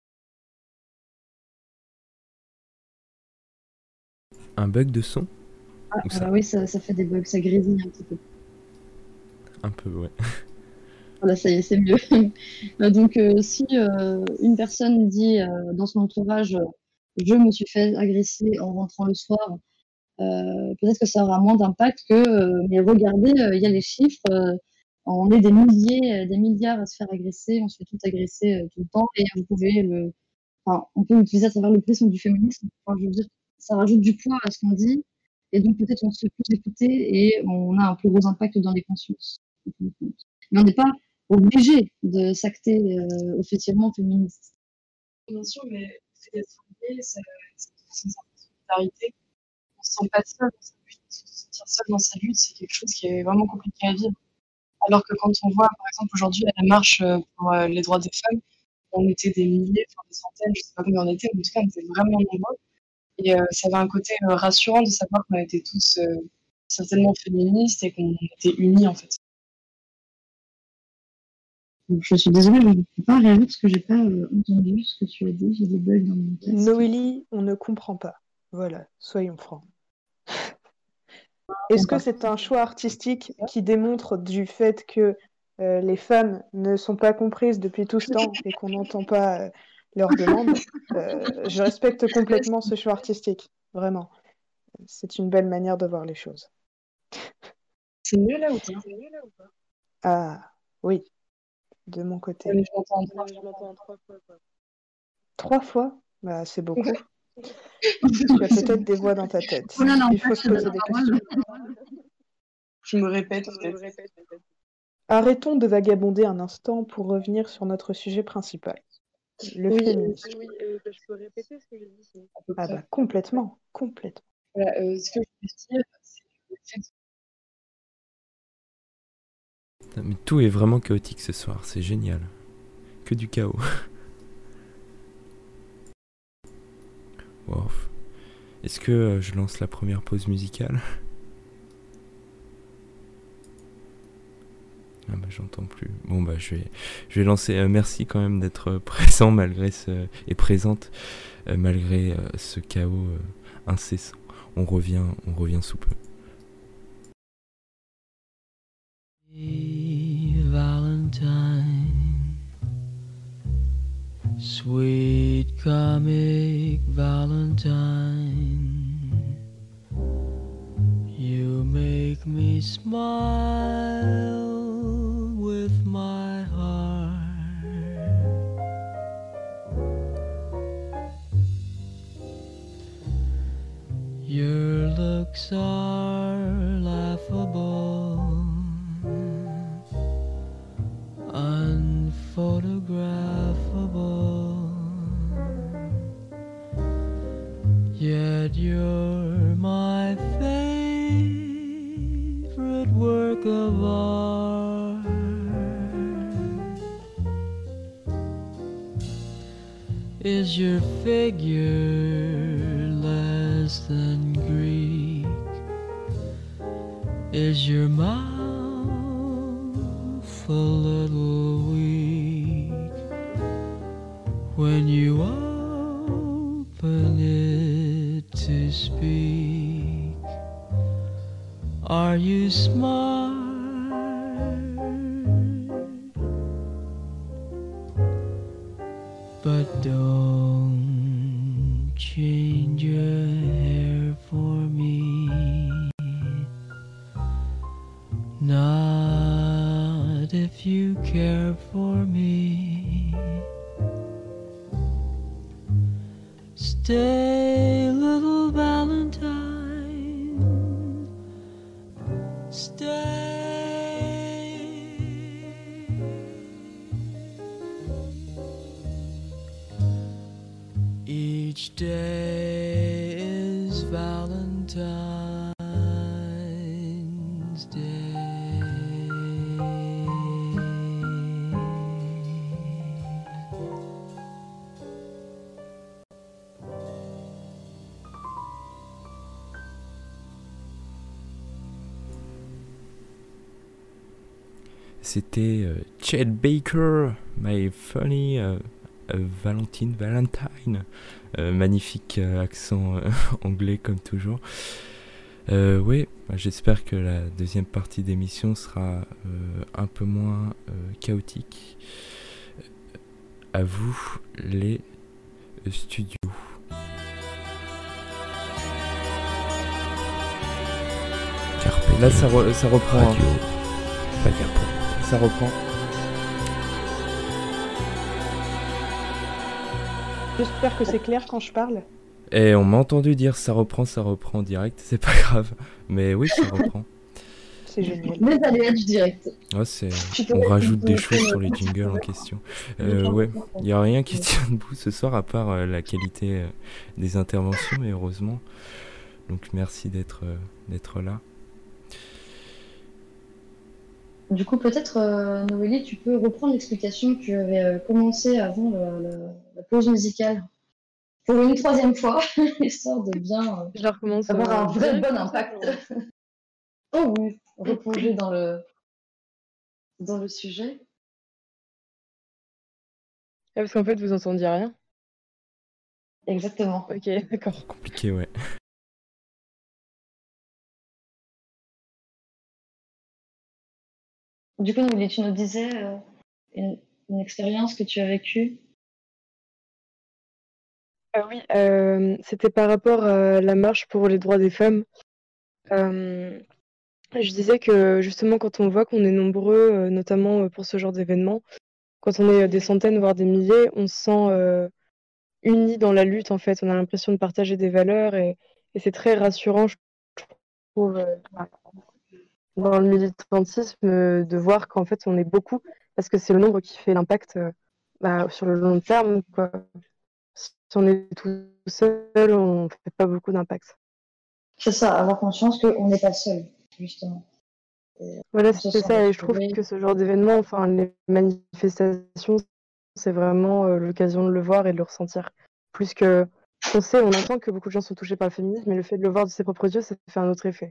Un bug de son?
Ah,
Ou ça?
euh, oui, ça, ça fait des bugs, ça grésille un petit peu.
Un peu, ouais.
Voilà, ça y est, c'est mieux. Euh, Donc, euh, si euh, une personne dit euh, dans son entourage, euh, je me suis fait agresser en rentrant le soir, euh, peut-être que ça aura moins d'impact que, euh, mais regardez, euh, il y a les chiffres, euh, on est des milliers, euh, des milliards à se faire agresser, on se fait tout agresser euh, tout le temps, et vous pouvez le, enfin, on peut l'utiliser à travers le prisme du féminisme. Enfin, je veux dire, ça rajoute du poids à ce qu'on dit, et donc peut-être on se fait plus écouter et on a un plus gros impact dans les consciences. Mais on n'est pas obligé de s'acter euh, officiellement féministe.
Bien sûr, mais c'est d'être lié, c'est une solidarité. On se sent pas seul dans sa lutte. Se sentir seul dans sa lutte, c'est quelque chose qui est vraiment compliqué à vivre. Alors que quand on voit, par exemple, aujourd'hui, à la marche euh, pour euh, les droits des femmes, on était des milliers, enfin des centaines, je sais pas combien on était, mais en tout cas, on était vraiment nombreux. Et euh, ça avait un côté euh, rassurant de savoir qu'on était tous euh, certainement féministes et qu'on était unis, en fait.
Donc, je suis désolée, je ne peux pas réagir parce que j'ai pas euh, entendu ce que tu as dit. J'ai des bugs dans mon casque.
Noélie, on ne comprend pas. Voilà, soyons francs. Est-ce que c'est un choix artistique qui démontre du fait que euh, les femmes ne sont pas comprises depuis tout ce temps et qu'on n'entend pas euh, leurs demandes? Euh, je respecte complètement ce choix artistique, vraiment. C'est une belle manière de voir les choses.
C'est mieux là ou pas?
Ah, oui, de mon côté.
Ouais, mais je m'entends en
Ouais, je m'entends en trois fois, quoi.
Trois fois? Bah, c'est beaucoup. Tu as peut-être des voix dans ta tête.
Voilà, non,
Il faut se poser des questions.
Je me répète
Je me
peut-être.
répète, peut-être.
Arrêtons de vagabonder un instant pour revenir sur notre sujet principal, le
Oui,
féminisme.
Oui, euh, bah, je peux répéter ce que j'ai dit, sinon.
à peu
Ah
près.
bah complètement, complètement.
Voilà, euh, ce que je veux dire, c'est que le fait
Putain, mais tout est vraiment chaotique ce soir, c'est génial. Que du chaos. Wow. Est-ce que euh, je lance la première pause musicale? Ah bah j'entends plus. Bon bah je vais, je vais lancer. Euh, merci quand même d'être présent malgré ce et présente euh, malgré euh, ce chaos euh, incessant. On revient, on revient sous peu.
Valentine, sweet comic Valentine, you make me smile with my heart. Your looks are laughable, unphotographable, yet you're my favorite work of art. Is your figure less than Greek? Is your mouth a little weak when you open it to speak? Are you smart? But don't change your hair for me, not if you care for me. Stay, little Valentine, stay. Each day is Valentine's Day.
C'était euh, Chet Baker, My Funny euh, euh, Valentine Valentine. Euh, magnifique euh, accent euh, anglais comme toujours. Euh, oui, bah, j'espère que la deuxième partie d'émission sera euh, un peu moins euh, chaotique. À vous les euh, studios.
Carpe
Là ça, re- ça reprend.
Radio
hein.
Vagabond.
Ça reprend.
J'espère que c'est clair quand je parle.
Et on m'a entendu dire ça reprend, ça reprend direct, c'est pas grave. Mais oui, ça reprend.
C'est génial.
Les aléas du direct.
Ouais, c'est...
Je
On
peux-
rajoute des
je
choses
peux-
sur les jingles en question. Euh, ouais, il n'y a rien qui tient debout ce soir à part euh, la qualité euh, des interventions, mais heureusement. Donc merci d'être, euh, d'être là.
Du coup, peut-être, euh, Noélie, tu peux reprendre l'explication que tu avais euh, commencé avant le- le- la pause musicale. Pour une troisième fois, histoire de bien euh,
Je la recommence.
avoir
euh,
un vrai
direct,
bon
comme ça,
impact.
pour-
Oh oui, replonger dans le, dans le sujet.
Ah, parce qu'en fait, vous entendiez rien.
Exactement.
Ok, d'accord.
Compliqué, ouais.
Du coup, Noélie, tu nous disais euh, une, une expérience que tu as vécue.
Ah oui, euh, c'était par rapport à la marche pour les droits des femmes. Euh, je disais que justement, quand on voit qu'on est nombreux, euh, notamment euh, pour ce genre d'événement, quand on est euh, des centaines, voire des milliers, on se sent euh, unis dans la lutte, en fait. On a l'impression de partager des valeurs et, et c'est très rassurant, je trouve, euh, dans le militantisme, euh, de voir qu'en fait, on est beaucoup, parce que c'est le nombre qui fait l'impact euh, bah, sur le long terme, quoi. Si on est tout seul, on fait pas beaucoup d'impact.
C'est ça, avoir conscience qu'on n'est pas seul, justement. Et
Voilà,
on se
c'est
sent
ça. Et je trouve
retrouvé.
que ce genre d'événement, enfin, les manifestations, c'est vraiment euh, l'occasion de le voir et de le ressentir. Plus que, on sait, on entend que beaucoup de gens sont touchés par le féminisme, mais le fait de le voir de ses propres yeux, ça fait un autre effet.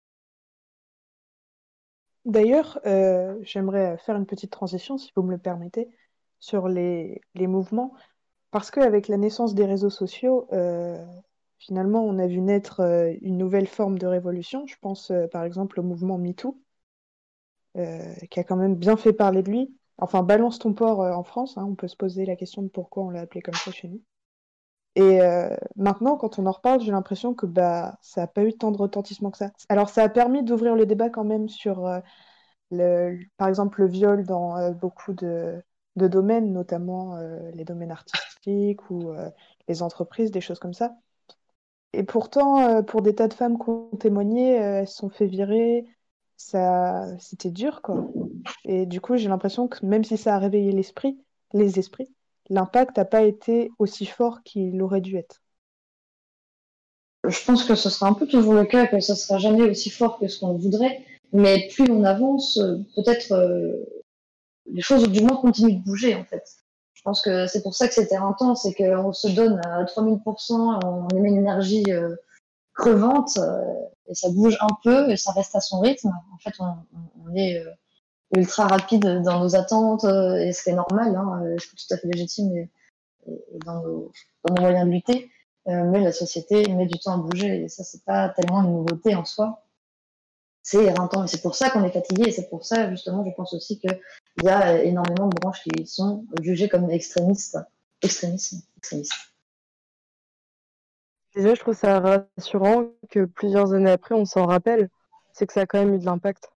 D'ailleurs, euh, j'aimerais faire une petite transition, si vous me le permettez, sur les, les mouvements, parce qu'avec la naissance des réseaux sociaux, euh, finalement, on a vu naître euh, une nouvelle forme de révolution. Je pense euh, par exemple au mouvement MeToo, euh, qui a quand même bien fait parler de lui. Enfin, balance ton porc euh, en France, hein, on peut se poser la question de pourquoi on l'a appelé comme ça chez nous. Et euh, maintenant, quand on en reparle, j'ai l'impression que bah, ça n'a pas eu tant de retentissement que ça. Alors, ça a permis d'ouvrir le débat quand même sur, euh, le, par exemple, le viol dans euh, beaucoup de, de domaines, notamment euh, les domaines artistiques ou euh, les entreprises, des choses comme ça. Et pourtant, euh, pour des tas de femmes qui ont témoigné, euh, elles se sont fait virer. Ça, c'était dur, quoi. Et du coup, j'ai l'impression que même si ça a réveillé l'esprit, les esprits, l'impact n'a pas été aussi fort qu'il aurait dû être.
Je pense que ce sera un peu toujours le cas, que ce sera jamais aussi fort que ce qu'on voudrait, mais plus on avance, euh, peut-être euh, les choses du moins continuent de bouger en fait. Je pense que c'est pour ça que c'était intense et qu'on se donne à trois mille pour cent, on émet une énergie euh, crevante euh, et ça bouge un peu et ça reste à son rythme. En fait, on, on- on est euh, ultra rapide dans nos attentes euh, et c'est normal, hein, euh, c'est tout à fait légitime et, et- et dans, nos, dans nos moyens de lutter. Euh, mais la société met du temps à bouger et ça, c'est pas tellement une nouveauté en soi. C'est éreintant et c'est pour ça qu'on est fatigué et c'est pour ça, justement, je pense aussi qu'il y a euh, énormément de branches qui sont jugées comme extrémistes. Extrémisme, extrémistes.
Déjà, je trouve ça rassurant que plusieurs années après, on s'en rappelle. C'est que ça a quand même eu de l'impact.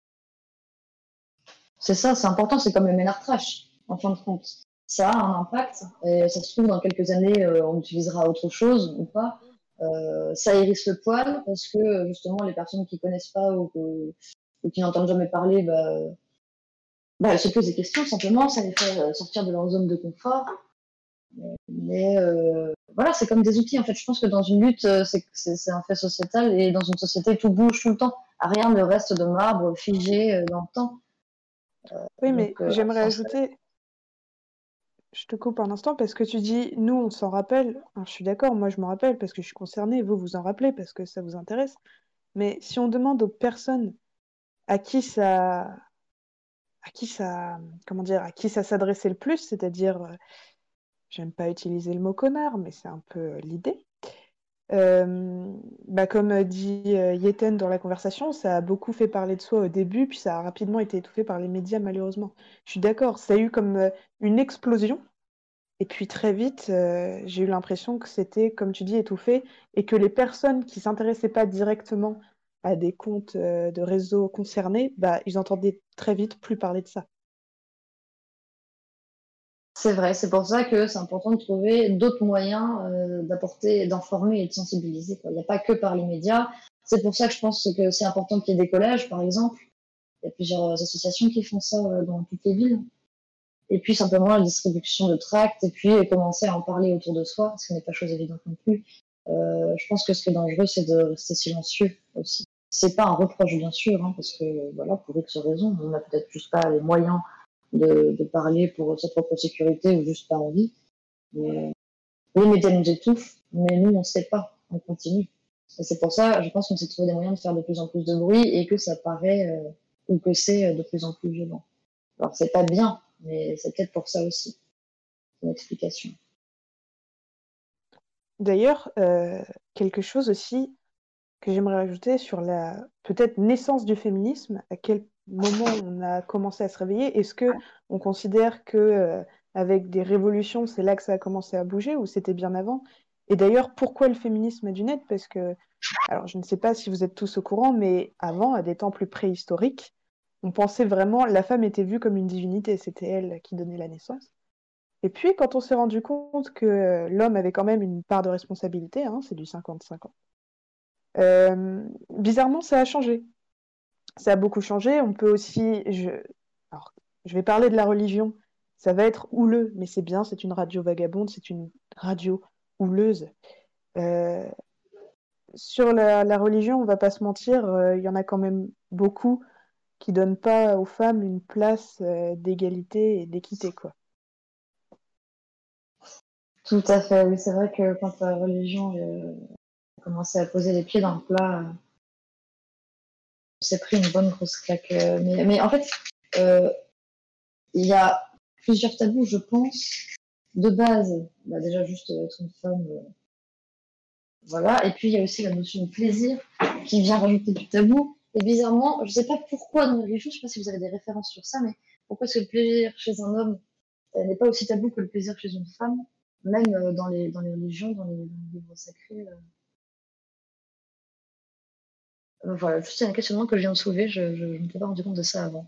C'est ça, c'est important, c'est comme le ménard trash, en fin de compte. Ça a un impact, et ça se trouve, dans quelques années, euh, on utilisera autre chose ou pas. Euh, ça hérisse le poil parce que justement, les personnes qui connaissent pas ou, que- ou qui n'entendent jamais parler, bah, bah, elles se posent des questions simplement, ça les fait euh, sortir de leur zone de confort. Mais euh, voilà, c'est comme des outils en fait. Je pense que dans une lutte, euh, c'est c'est- c'est un fait sociétal et dans une société, tout bouge tout le temps. Rien ne reste de marbre figé euh, dans le temps.
Oui, mais
Donc, euh,
j'aimerais
forcément.
ajouter, je te coupe un instant parce que tu dis, nous, on s'en rappelle. Alors, je suis d'accord, moi, je m'en rappelle parce que je suis concernée, vous, vous en rappelez parce que ça vous intéresse. Mais si on demande aux personnes à qui ça, à qui ça, comment dire, à qui ça s'adressait le plus, c'est-à-dire, euh, j'aime pas utiliser le mot connard, mais c'est un peu euh, l'idée. Euh, bah, comme euh, dit euh, Yeten dans la conversation, ça a beaucoup fait parler de soi au début, puis ça a rapidement été étouffé par les médias, malheureusement. Je suis d'accord, ça a eu comme euh, une explosion. Et puis très vite, euh, j'ai eu l'impression que c'était, comme tu dis, étouffé et que les personnes qui s'intéressaient pas directement à des comptes euh, de réseaux concernés, bah, ils entendaient très vite plus parler de ça.
C'est vrai, c'est pour ça que c'est important de trouver d'autres moyens euh, d'apporter, d'informer et de sensibiliser, quoi. Il n'y a pas que par les médias. C'est pour ça que je pense que c'est important qu'il y ait des collèges, par exemple. Il y a plusieurs associations qui font ça euh, dans toutes les villes. Et puis simplement la distribution de tracts et puis euh, commencer à en parler autour de soi, ce qui n'est pas chose évidente non plus. Euh, je pense que ce qui est dangereux, c'est de rester silencieux aussi. C'est pas un reproche, bien sûr, hein, parce que voilà, pour X raisons, on n'a peut-être juste pas les moyens de, de parler pour sa propre sécurité ou juste pas envie. Mais les médias nous étouffent, mais nous, on ne sait pas, on continue. Et c'est pour ça, je pense qu'on s'est trouvé des moyens de faire de plus en plus de bruit et que ça paraît, euh, ou que c'est de plus en plus violent. Alors, c'est pas bien, mais c'est peut-être pour ça aussi. C'est une explication.
D'ailleurs, euh, quelque chose aussi que j'aimerais rajouter sur la peut-être naissance du féminisme, à quel moment on a commencé à se réveiller. Est-ce que on considère que euh, avec des révolutions, c'est là que ça a commencé à bouger ou c'était bien avant? Et d'ailleurs, pourquoi le féminisme a dû naître? Parce que, alors je ne sais pas si vous êtes tous au courant, mais avant, à des temps plus préhistoriques, on pensait vraiment la femme était vue comme une divinité, c'était elle qui donnait la naissance. Et puis, quand on s'est rendu compte que euh, l'homme avait quand même une part de responsabilité, hein, c'est du cinquante cinquante, euh, bizarrement, ça a changé. Ça a beaucoup changé. On peut aussi. Je... Alors, je vais parler de la religion. Ça va être houleux, mais c'est bien, c'est une radio vagabonde, c'est une radio houleuse. Euh, Sur la, la religion, on va pas se mentir, euh, il y en a quand même beaucoup qui donnent pas aux femmes une place euh, d'égalité et d'équité, quoi.
Tout à fait, oui, c'est vrai que quand la religion euh, a commencé à poser les pieds dans le plat, euh, on s'est pris une bonne grosse claque. euh, mais, mais en fait, euh, il y a plusieurs tabous, je pense. De base, bah déjà juste euh, être une femme, euh, voilà. Et puis il y a aussi la notion de plaisir qui vient rajouter du tabou. Et bizarrement, je sais pas pourquoi dans la religion, je sais pas si vous avez des références sur ça, mais pourquoi est-ce que le plaisir chez un homme euh, n'est pas aussi tabou que le plaisir chez une femme, même euh, dans les dans les religions, dans les, dans les livres sacrés. euh. Euh, Voilà, juste un questionnement que je viens de soulever, je ne m'étais pas rendu compte de ça avant.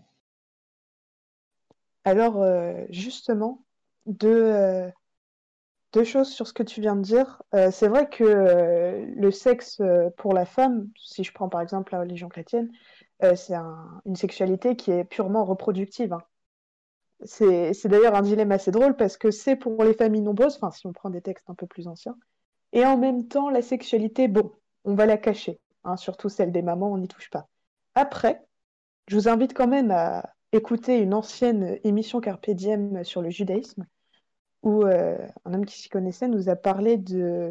Alors, euh, justement, deux, euh, deux choses sur ce que tu viens de dire. Euh, c'est vrai que euh, le sexe euh, pour la femme, si je prends par exemple la religion chrétienne, euh, c'est un- une sexualité qui est purement reproductive, hein. C'est, c'est d'ailleurs un dilemme assez drôle parce que c'est pour les familles nombreuses, enfin si on prend des textes un peu plus anciens, et en même temps la sexualité, bon, on va la cacher, hein, surtout celle des mamans, on n'y touche pas. Après, je vous invite quand même à écouter une ancienne émission Carpe Diem sur le judaïsme, où euh, un homme qui s'y connaissait nous a parlé de,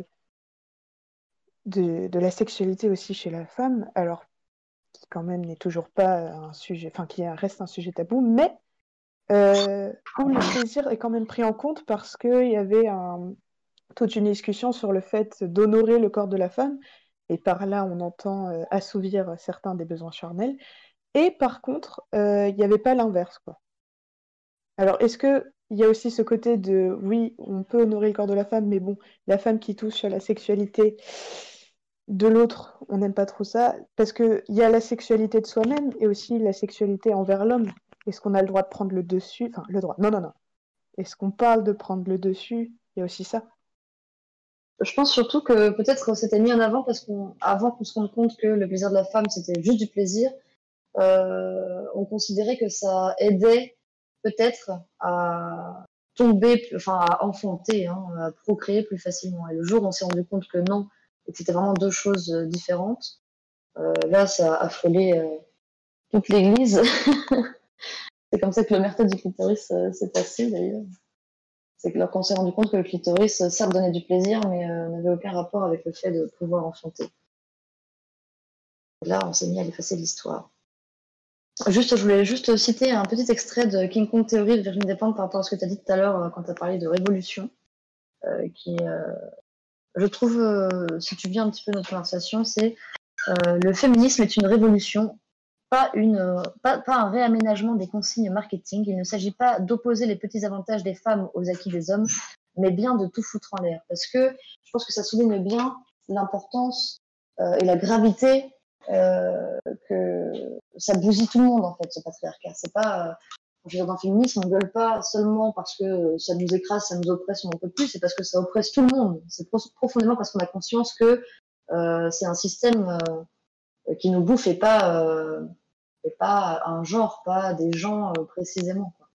de, de la sexualité aussi chez la femme, alors qui quand même n'est toujours pas un sujet, enfin qui reste un sujet tabou, mais euh, où le plaisir est quand même pris en compte parce qu'il y avait un, toute une discussion sur le fait d'honorer le corps de la femme, et par là on entend euh, assouvir certains des besoins charnels, et par contre, euh, il n'y avait pas l'inverse, quoi. Alors, est-ce que il y a aussi ce côté de, oui, on peut honorer le corps de la femme, mais bon, la femme qui touche à la sexualité de l'autre, on n'aime pas trop ça, parce qu'il y a la sexualité de soi-même et aussi la sexualité envers l'homme. Est-ce qu'on a le droit de prendre le dessus? Enfin, le droit, non, non, non. Est-ce qu'on parle de prendre le dessus? Il y a aussi ça.
Je pense surtout que peut-être c'était mis en avant parce qu'avant qu'on se rende compte que le plaisir de la femme c'était juste du plaisir, euh, on considérait que ça aidait peut-être à tomber, plus- enfin à enfanter, hein, à procréer plus facilement. Et le jour où on s'est rendu compte que non, et que c'était vraiment deux choses euh, différentes, euh, là ça a affolé euh, toute l'église. C'est comme ça que l'omerta du clitoris euh, s'est passé d'ailleurs. C'est que là qu'on s'est rendu compte que le clitoris, euh, certes, donnait du plaisir, mais euh, n'avait aucun rapport avec le fait de pouvoir enfanter. Et là, on s'est mis à effacer l'histoire. Juste, je voulais juste citer un petit extrait de King Kong Theory de Virginie Despentes par rapport à ce que tu as dit tout à l'heure euh, quand tu as parlé de révolution, euh, qui, euh, je trouve, euh, si tu viens un petit peu notre conversation, c'est euh, le féminisme est une révolution, pas, une, euh, pas, pas un réaménagement des consignes marketing. Il ne s'agit pas d'opposer les petits avantages des femmes aux acquis des hommes, mais bien de tout foutre en l'air. Parce que je pense que ça souligne bien l'importance euh, et la gravité euh, que ça bousille tout le monde, en fait, ce patriarcat. C'est pas, euh, quand je veux dire, dans le féminisme, on gueule pas seulement parce que ça nous écrase, ça nous oppresse, on n'en peut plus, c'est parce que ça oppresse tout le monde. C'est pro- profondément parce qu'on a conscience que euh, c'est un système euh, qui nous bouffe et pas, euh, et pas un genre, pas des gens euh, précisément, quoi.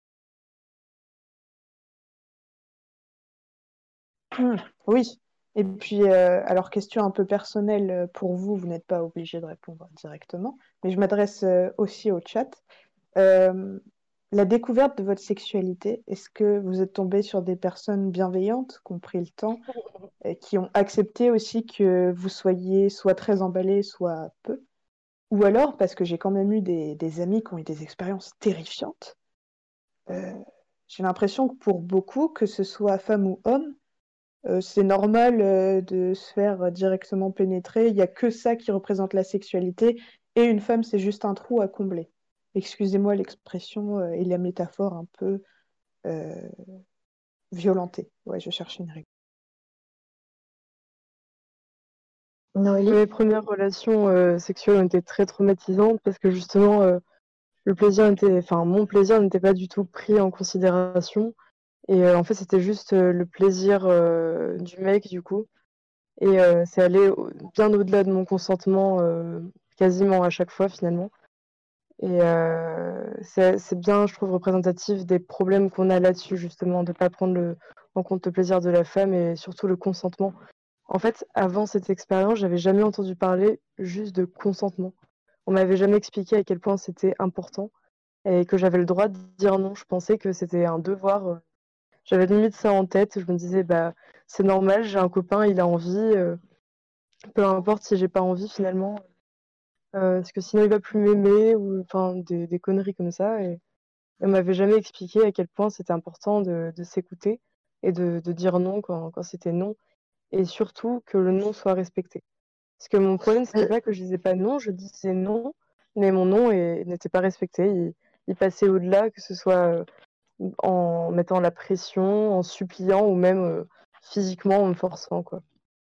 Hmm, oui. Et puis, euh, alors, question un peu personnelle euh, pour vous, vous n'êtes pas obligé de répondre directement, mais je m'adresse euh, aussi au chat. Euh, la découverte de votre sexualité, est-ce que vous êtes tombé sur des personnes bienveillantes qui ont pris le temps et qui ont accepté aussi que vous soyez soit très emballé, soit peu? Ou alors, parce que j'ai quand même eu des, des amis qui ont eu des expériences terrifiantes, euh, j'ai l'impression que pour beaucoup, que ce soit femme ou homme, euh, c'est normal euh, de se faire euh, directement pénétrer. Il n'y a que ça qui représente la sexualité. Et une femme, c'est juste un trou à combler. Excusez-moi l'expression euh, et la métaphore un peu euh, violentée. Ouais, je cherche une règle.
Noélie?
Mes premières relations euh, sexuelles ont été très traumatisantes parce que justement, euh, le plaisir était, enfin, mon plaisir n'était pas du tout pris en considération. Et euh, en fait, c'était juste euh, le plaisir euh, du mec, du coup. Et euh, c'est allé au- bien au-delà de mon consentement, euh, quasiment à chaque fois, finalement. Et euh, c'est c'est bien, je trouve, représentatif des problèmes qu'on a là-dessus, justement, de ne pas prendre le- en compte le plaisir de la femme et surtout le consentement. En fait, avant cette expérience, j'avais jamais entendu parler juste de consentement. On m'avait jamais expliqué à quel point c'était important et que j'avais le droit de dire non. Je pensais que c'était un devoir. euh, J'avais limite ça en tête. Je me disais, bah, c'est normal, j'ai un copain, il a envie. euh, peu importe si j'ai pas envie finalement. euh, parce que sinon il va plus m'aimer ou enfin des, des conneries comme ça. Et on m'avait jamais expliqué à quel point c'était important de, de s'écouter et de, de dire non quand, quand c'était non. Et surtout que le non soit respecté. Parce que mon problème, c'était
Euh,
pas que je disais pas non, je disais non, mais mon non est- n'était pas respecté. Il, il passait au-delà, que ce soit euh, en mettant la pression, en suppliant ou même euh, physiquement en me forçant, quoi.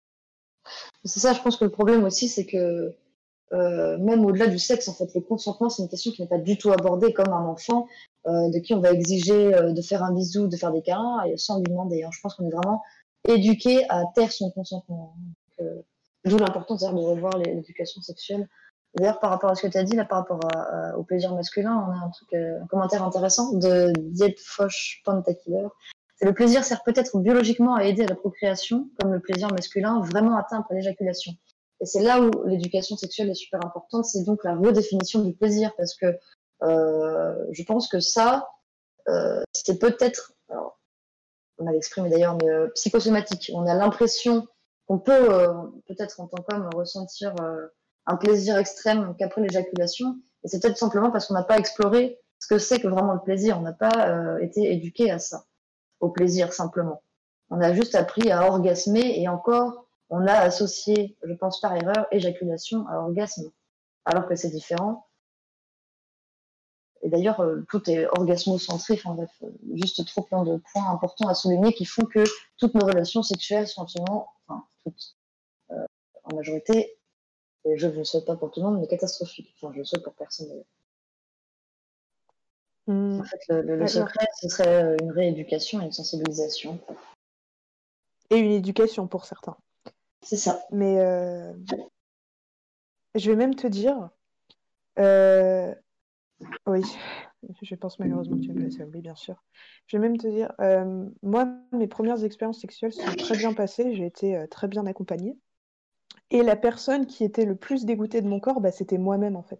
C'est ça, je pense que le problème aussi, c'est que euh, même au-delà du sexe, en fait, le consentement, c'est une question qui n'est pas du tout abordée comme un enfant euh, de qui on va exiger euh, de faire un bisou, de faire des câlins, et sans lui demander. Hein. Je pense qu'on est vraiment éduqué à taire son consentement. Hein. Donc, euh, d'où l'importance d'ailleurs, de revoir les- l'éducation sexuelle. D'ailleurs, par rapport à ce que tu as dit, là, par rapport à- à- au plaisir masculin, on a un, truc, euh, un commentaire intéressant de Diet Foch Pantakiller. C'est le plaisir sert peut-être biologiquement à aider à la procréation, comme le plaisir masculin vraiment atteint par l'éjaculation. Et c'est là où l'éducation sexuelle est super importante, c'est donc la redéfinition du plaisir, parce que euh, je pense que ça, euh, c'est peut-être, alors, on a exprimé d'ailleurs, mais euh, psychosomatique. On a l'impression qu'on peut, euh, peut-être en tant qu'homme, ressentir euh, un plaisir extrême qu'après l'éjaculation, et c'est peut-être simplement parce qu'on n'a pas exploré ce que c'est que vraiment le plaisir. On n'a pas euh, été éduqué à ça, au plaisir simplement. On a juste appris à orgasmer et encore, on a associé, je pense par erreur, éjaculation à orgasme, alors que c'est différent. Et d'ailleurs, euh, tout est orgasmocentré, enfin bref, euh, juste trop plein de points importants à souligner qui font que toutes nos relations sexuelles sont absolument, enfin toutes, euh, en majorité, et je ne le souhaite pas pour tout le monde, mais catastrophiques. Enfin, je le souhaite pour personne d'ailleurs. En
Hmm.
fait, le, le- le
Alors,
secret, ce serait euh, une rééducation et une sensibilisation.
et une éducation pour certains.
C'est ça.
Mais euh, je vais même te dire, euh, oui, je pense malheureusement que tu vas me laisser, oui, bien sûr. Je vais même te dire, euh, moi, mes premières expériences sexuelles sont très bien passées, j'ai été euh, très bien accompagnée. Et la personne qui était le plus dégoûtée de mon corps, bah, c'était moi-même en fait.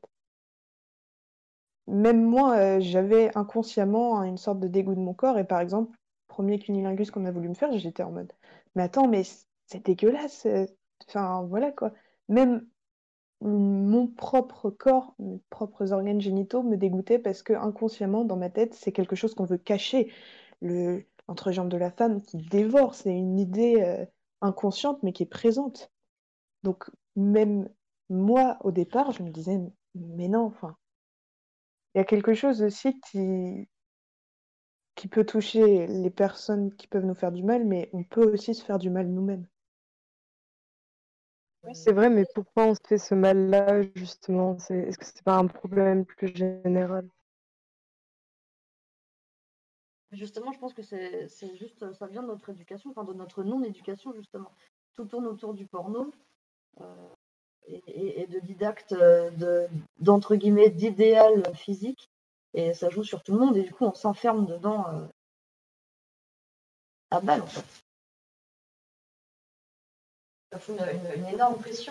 Même moi, euh, j'avais inconsciemment une sorte de dégoût de mon corps. Et par exemple, premier cunilingus qu'on a voulu me faire, j'étais en mode, mais attends, mais c- c'est dégueulasse. euh, Enfin, voilà quoi. Même mon propre corps, mes propres organes génitaux me dégoûtaient parce que inconsciemment, dans ma tête, c'est quelque chose qu'on veut cacher. Le l'entrejambe de la femme qui dévore, c'est une idée euh, inconsciente mais qui est présente. Donc même moi, au départ, je me disais, mais non, enfin, il y a quelque chose aussi qui, qui peut toucher les personnes qui peuvent nous faire du mal, mais on peut aussi se faire du mal nous-mêmes.
Oui, c'est vrai, mais pourquoi on se fait ce mal-là, justement? C'est, est-ce que c'est pas un problème plus général?
Justement, je pense que c'est c'est juste, ça vient de notre éducation, enfin de notre non-éducation justement. Tout tourne autour du porno euh, et, et- et de didactes, euh, de, d'entre guillemets, d'idéal physique. Et ça joue sur tout le monde et du coup on s'enferme dedans euh, à balle en fait. Ça fout une, une- une énorme pression.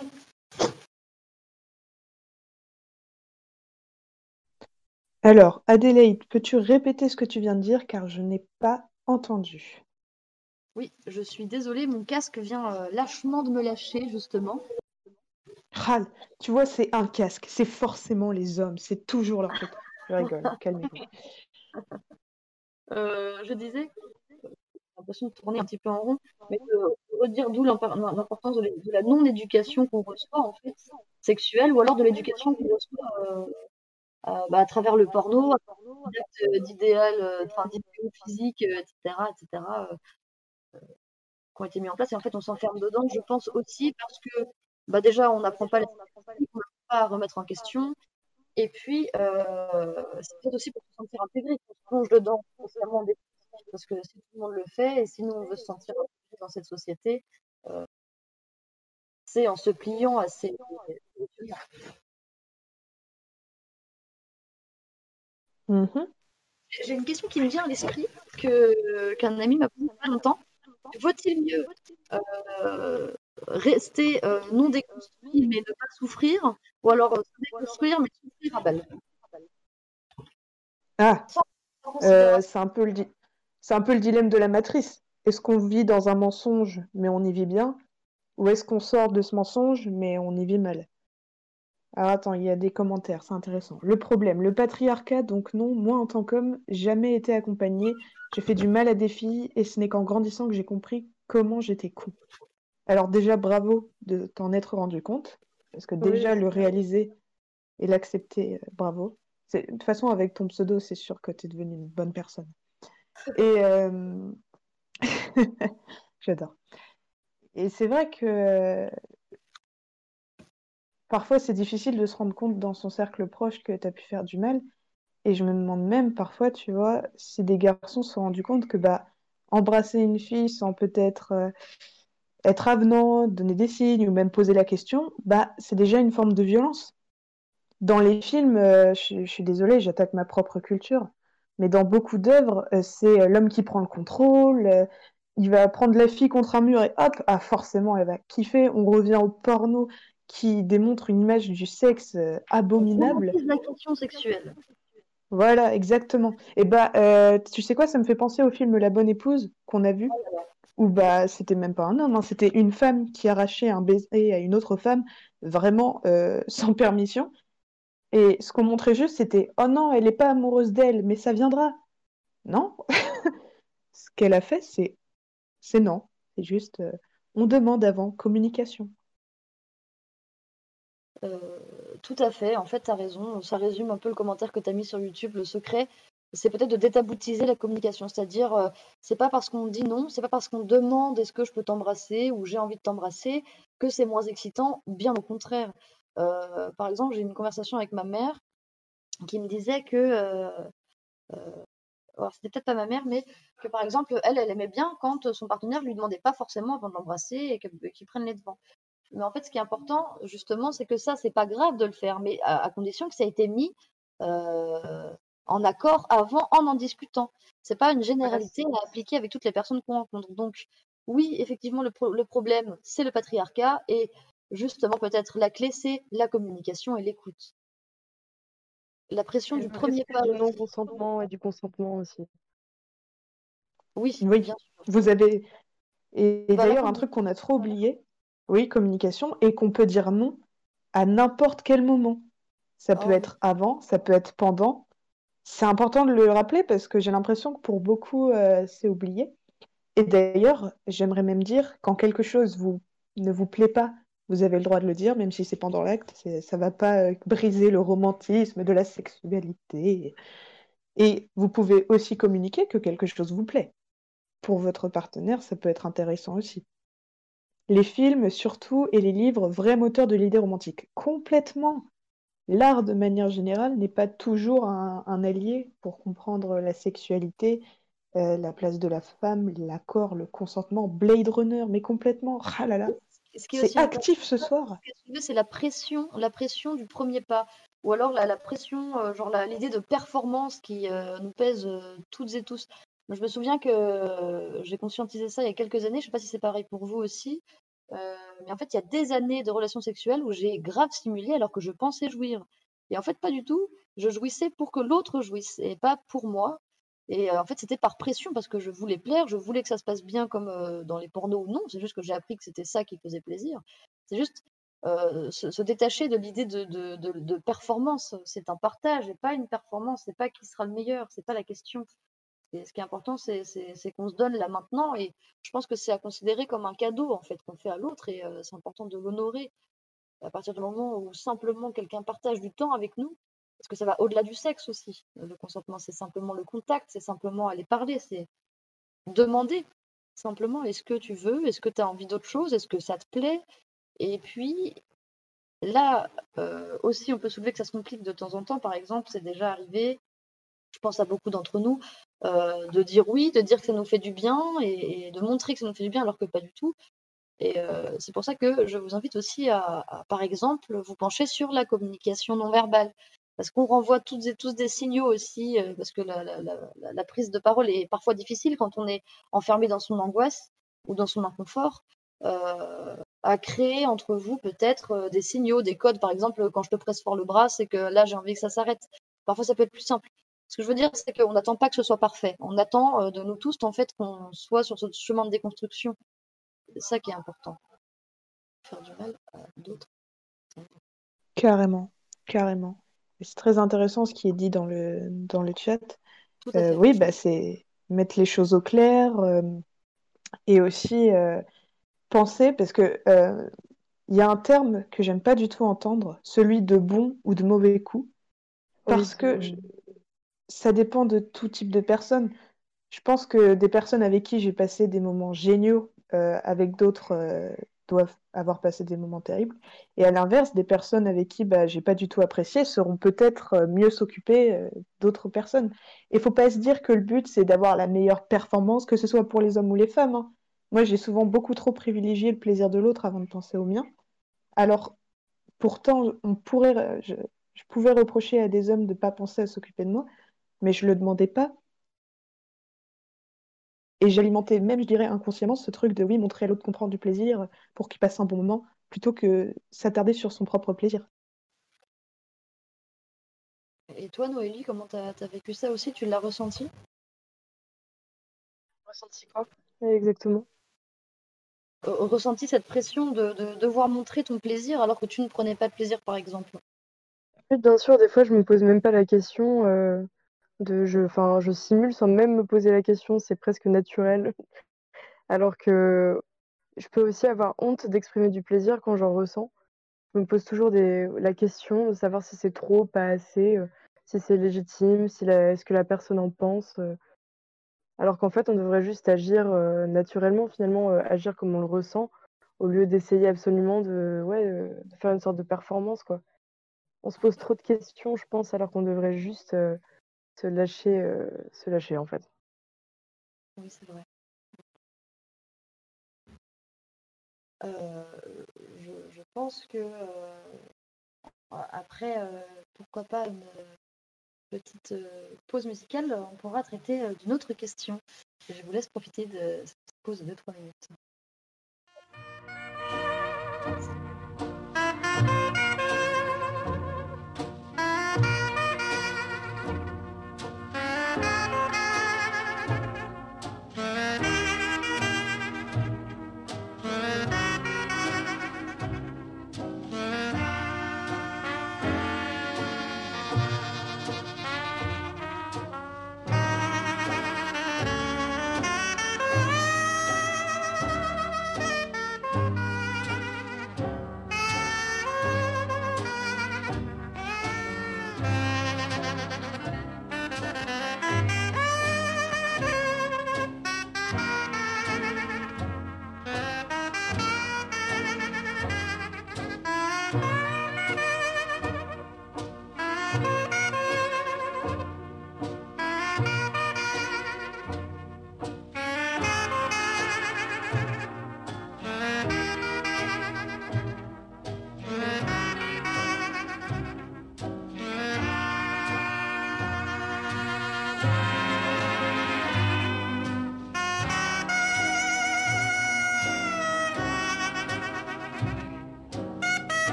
Alors, Adélaïde, peux-tu répéter ce que tu viens de dire car je n'ai pas entendu.
Oui, je suis désolée, mon casque vient euh, lâchement de me lâcher justement.
Râle, tu vois, c'est un casque, c'est forcément les hommes, c'est toujours leur faute. Je rigole, calmez-vous.
Euh, je disais,
l'impression de tourner un petit peu en rond, mais de redire d'où l'impa- l'importance de, l'é- de la non-éducation qu'on reçoit, en fait, sexuelle, ou alors de l'éducation qu'on reçoit euh, euh, bah, à travers le porno, à travers d'actes d'idéal, euh, enfin, d'idéaux physiques, euh, et cetera, et cetera, euh, qui ont été mis en place. Et en fait, on s'enferme dedans, je pense aussi, parce que bah, déjà, on n'apprend pas les statistiques, on n'apprend pas à remettre en question. Et puis, euh, c'est peut-être aussi pour se sentir intégré qu'on se plonge dedans consciemment, des- parce que si tout le monde le fait, et si nous, on veut se sentir intégré dans cette société, euh, c'est en se pliant à ces...
Mhm.
J'ai une question qui me vient à l'esprit, que, qu'un ami m'a posée il n'y a pas longtemps. Vaut-il mieux euh, rester euh, non déconstruit mais ne pas souffrir, ou alors euh, se déconstruire mais souffrir à balle,
Ah,
sans
euh,
considération?
c'est un peu le di- c'est un peu le dilemme de la matrice. Est-ce qu'on vit dans un mensonge, mais on y vit bien, ou est-ce qu'on sort de ce mensonge, mais on y vit mal? Alors attends, il y a des commentaires, c'est intéressant. Le problème, le patriarcat, donc non, moi en tant qu'homme, jamais été accompagnée. J'ai fait du mal à des filles, et ce n'est qu'en grandissant que j'ai compris comment j'étais con. Alors déjà, bravo de t'en être rendu compte, parce que
Oui,
déjà le
c'est-
réaliser et l'accepter, euh, bravo. C'est- De toute façon, avec ton pseudo, c'est sûr que tu es devenue une bonne personne. Et euh, j'adore. Et c'est vrai que euh, parfois c'est difficile de se rendre compte dans son cercle proche que tu as pu faire du mal. Et je me demande même parfois, tu vois, si des garçons se sont rendus compte que bah, embrasser une fille sans peut-être euh, être avenant, donner des signes ou même poser la question, bah, c'est déjà une forme de violence. Dans les films, euh, je, je suis désolée, j'attaque ma propre culture, mais dans beaucoup d'œuvres, euh, c'est euh, l'homme qui prend le contrôle, euh, il va prendre la fille contre un mur et hop, ah forcément, elle va kiffer. On revient au porno qui démontre une image du sexe euh,
On
abominable.
romantise la question sexuelle.
Voilà, exactement. Et bah, euh, tu sais quoi, ça me fait penser au film La Bonne Épouse qu'on a vu, où bah, c'était même pas un homme, hein, c'était une femme qui arrachait un baiser à une autre femme, vraiment euh, sans permission. Et ce qu'on montrait juste, c'était oh non, elle n'est pas amoureuse d'elle, mais ça viendra. Non, ce qu'elle a fait, c'est c'est non. C'est juste, euh, on demande avant, communication.
Euh, tout à fait, en fait, tu as raison. Ça résume un peu le commentaire que tu as mis sur YouTube. Le secret, c'est peut-être de détaboutiser la communication. C'est-à-dire, euh, c'est pas parce qu'on dit non, c'est pas parce qu'on demande est-ce que je peux t'embrasser ou j'ai envie de t'embrasser que c'est moins excitant. Bien au contraire. Euh, par exemple, j'ai eu une conversation avec ma mère qui me disait que, euh, euh, alors c'était peut-être pas ma mère, mais que par exemple, elle, elle aimait bien quand son partenaire lui demandait pas forcément avant de l'embrasser et que- qu'il prenne les devants. Mais en fait, ce qui est important, justement, c'est que ça, c'est pas grave de le faire, mais à, à condition que ça ait été mis euh, en accord avant, en en discutant. C'est pas une
Voilà.
généralité à appliquer avec toutes les personnes qu'on rencontre. Donc, oui, effectivement, le, pro- le problème, c'est le patriarcat, et justement, peut-être la clé, c'est la communication et l'écoute. La pression
Et
du
le
premier
respect
pas
du
aussi.
non-consentement et du consentement aussi.
Oui,
Oui,
bien sûr.
vous avez. Et, et
Bah, la
d'ailleurs, un truc qu'on a trop oublié, oui, communication, et qu'on peut dire non à n'importe quel moment. Ça peut
Oh, oui.
être avant, ça peut être pendant. C'est important de le rappeler parce que j'ai l'impression que pour beaucoup, euh, c'est oublié. Et d'ailleurs, j'aimerais même dire, quand quelque chose vous, ne vous plaît pas, vous avez le droit de le dire, même si c'est pendant l'acte. C'est- Ça va pas euh, briser le romantisme de la sexualité. Et vous pouvez aussi communiquer que quelque chose vous plaît. Pour votre partenaire, ça peut être intéressant aussi. Les films, surtout, et les livres, vrais moteurs de l'idée romantique. Complètement. L'art, de manière générale, n'est pas toujours un, un allié pour comprendre la sexualité, euh, la place de la femme, l'accord, le consentement. Blade Runner, mais complètement. Ah là là,
Ce qui est
c'est
aussi intéressant,
actif ce soir.
ce qui est soulevé, c'est la pression, la pression du premier pas. Ou alors la, la pression, euh, genre la- l'idée de performance qui euh, nous pèse euh, toutes et tous. Moi, je me souviens que euh, j'ai conscientisé ça il y a quelques années. Je sais pas si c'est pareil pour vous aussi. Euh, mais en fait, il y a des années de relations sexuelles où j'ai grave stimulé alors que je pensais jouir. Et en fait, pas du tout. Je jouissais pour que l'autre jouisse et pas pour moi. Et euh, en fait, c'était par pression parce que je voulais plaire, je voulais que ça se passe bien comme euh, dans les pornos ou non. C'est juste que j'ai appris que c'était ça qui faisait plaisir. C'est juste euh, se, se détacher de l'idée de, de, de, de performance. C'est un partage et pas une performance. C'est pas qui sera le meilleur. C'est pas la question. Et ce qui est important, c'est c'est c'est qu'on se donne là maintenant et je pense que c'est à considérer comme un cadeau, en fait, qu'on fait à l'autre et heu, c'est important de l'honorer. À partir du moment où simplement quelqu'un partage du temps avec nous, parce que ça va au-delà du sexe aussi. Le consentement, c'est simplement le contact, c'est simplement aller parler, c'est demander simplement: «Est-ce que tu veux? Est-ce que tu as envie d'autre chose? Est-ce que ça te plaît?» et puis là, heu, aussi, on peut soulever que ça se complique de temps en temps. Par exemple, c'est déjà arrivé, je pense à beaucoup d'entre nous, heu, de dire oui, de dire que ça nous fait du bien et et de montrer que ça nous fait du bien alors que pas du tout et heu, c'est pour ça que je vous invite aussi à à, par exemple, vous pencher sur la communication non verbale. Parce qu'on renvoie toutes et tous des signaux aussi, heu, parce que la la la la la prise de parole est parfois difficile quand on est enfermé dans son angoisse ou dans son inconfort, heu, à créer entre vous peut-être, heu, des signaux, des codes. Par exemple, quand je te presse fort le bras, c'est que là, j'ai envie que ça s'arrête. Parfois, ça peut être plus simple. Ce que je veux dire, c'est qu'on n'attend pas que ce soit parfait. On attend, heu, de nous tous, en fait, qu'on soit sur ce chemin de déconstruction. C'est ça qui est important. Faire du mal à d'autres.
Carrément, carrément. Et c'est très intéressant ce qui est dit dans le, dans le chat.
Tout à
Euh,
fait.
oui, bah, c'est mettre les choses au clair euh, et aussi euh, penser, parce que euh, il y a un terme que j'aime pas du tout entendre, celui de bon ou de mauvais coup,
Oui.
parce que je- ça dépend de tout type de personnes. Je pense que des personnes avec qui j'ai passé des moments géniaux, euh, avec d'autres, euh, doivent avoir passé des moments terribles. Et à l'inverse, des personnes avec qui bah, j'ai pas du tout apprécié seront peut-être euh, mieux s'occuper euh, d'autres personnes. Il faut pas se dire que le but, c'est d'avoir la meilleure performance, que ce soit pour les hommes ou les femmes, hein. Moi, j'ai souvent beaucoup trop privilégié le plaisir de l'autre avant de penser au mien. Alors, pourtant, on pourrait, euh, je, je pouvais reprocher à des hommes de ne pas penser à s'occuper de moi, mais je le demandais pas. Et j'alimentais même, je dirais, inconsciemment ce truc de oui, montrer à l'autre comprendre du plaisir pour qu'il passe un bon moment, plutôt que s'attarder sur son propre plaisir.
Et toi, Noélie, comment t'as as vécu ça aussi? Tu l'as ressenti?
Ressenti quoi? Exactement.
Heu, ressenti cette pression de de devoir montrer ton plaisir alors que tu ne prenais pas de plaisir, par exemple?
Oui, bien sûr, des fois, je me pose même pas la question, heu, de je enfin, je simule sans même me poser la question, c'est presque naturel. Alors que je peux aussi avoir honte d'exprimer du plaisir quand j'en ressens. Je me pose toujours des la question de savoir si c'est trop, pas assez, heu, si c'est légitime, si la est-ce que la personne en pense, heu? Alors qu'en fait, on devrait juste agir, heu, naturellement finalement, heu, agir comme on le ressent, au lieu d'essayer absolument de ouais, heu, de faire une sorte de performance, quoi. On se pose trop de questions, je pense, alors qu'on devrait juste, heu, se lâcher, heu, se lâcher, en fait.
Oui, c'est vrai. Heu, je je pense que, heu, a après, heu, pourquoi pas une, petite, heu, pause musicale, on pourra traiter, heu, d'une autre question. Je vous laisse profiter de cette petite pause de deux trois minutes.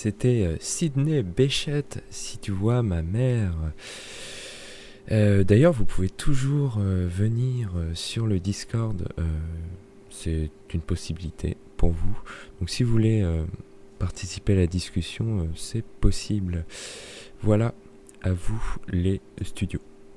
c'était euh, Sydney Béchette, si tu vois ma mère. Euh, D'ailleurs, vous pouvez toujours euh, venir euh, sur le Discord. euh, c'est une possibilité pour vous. Donc, si vous voulez euh, participer à la discussion, euh, c'est possible. Voilà, à vous les studios.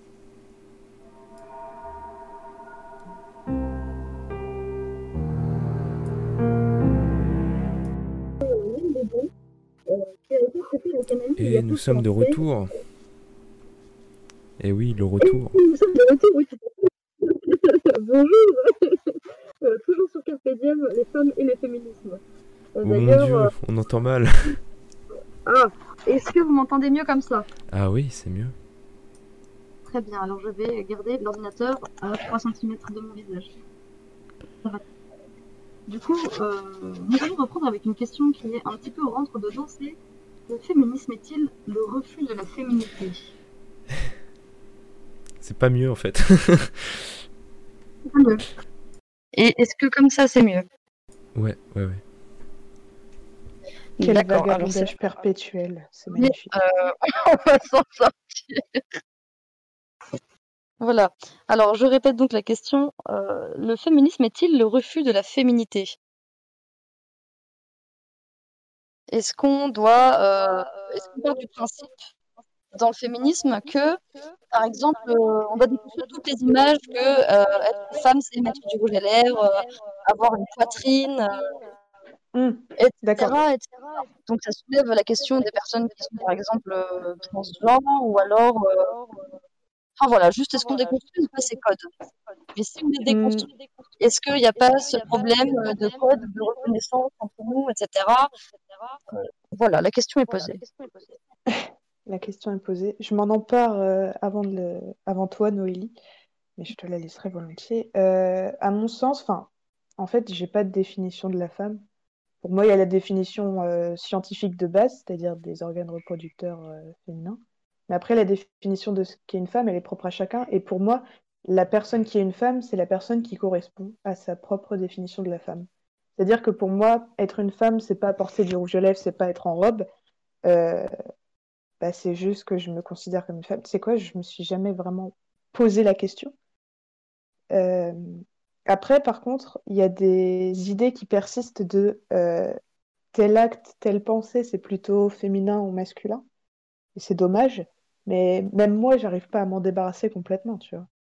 Et nous sommes de retour. Et oui, le retour.
Nous sommes de retour, oui, tout à fait. Bonjour. Euh, toujours sur Carpe Diem, les femmes et les féminismes. Euh,
Oh mon
D'ailleurs,
Dieu,
euh,
on entend mal.
ah, est-ce que vous m'entendez mieux comme ça?
Ah oui, c'est mieux.
Très bien, alors je vais garder l'ordinateur à trois centimètres de mon visage. Ça va. Du coup, euh, nous allons reprendre avec une question qui est un petit peu au rentre dedans, c'est le féminisme est-il le refus de la féminité?
C'est pas mieux en fait.
C'est pas mieux. Et est-ce que comme ça c'est mieux?
Ouais, ouais, ouais.
Quel
D'accord, alors c'est
vagabondage perpétuel, c'est
mais,
magnifique.
euh, on va s'en sortir. Voilà. Alors, je répète donc la question. euh, le féminisme est-il le refus de la féminité? Est-ce qu'on doit, euh, est-ce qu'on part du principe dans le féminisme que, par exemple, euh, on doit déconstruire toutes les images que euh, être une femme, c'est mettre du rouge à lèvres, euh, avoir une poitrine, euh,
Hum,
et cetera,
D'accord.
et cetera. Donc, ça soulève la question des personnes qui sont, par exemple, euh, transgenres ou alors, euh, enfin voilà, juste est-ce qu'on déconstruit ou pas ces codes? Mais si on les
Hum,
déconstruit, est-ce qu'il n'y a pas ce problème euh, de code, de reconnaissance entre nous, et cetera. Euh, Voilà, la question est posée.
La question est posée. Je m'en empare euh, avant, de le- avant toi, Noélie, mais je te la laisserai volontiers. Euh, à mon sens, enfin, en fait, j'ai pas de définition de la femme. Pour moi, il y a la définition euh, scientifique de base, c'est-à-dire des organes reproducteurs euh, féminins. Mais après, la définition de ce qu'est une femme, elle est propre à chacun. Et pour moi, la personne qui est une femme, c'est la personne qui correspond à sa propre définition de la femme. C'est-à-dire que pour moi, être une femme, c'est pas porter du rouge à lèvres, c'est pas être en robe. Euh, bah, c'est juste que je me considère comme une femme. Tu sais quoi, je me suis jamais vraiment posé la question. Euh, Après, par contre, il y a des idées qui persistent de euh, tel acte, telle pensée, c'est plutôt féminin ou masculin. Et c'est dommage. Mais même moi, j'arrive pas à m'en débarrasser complètement, tu vois.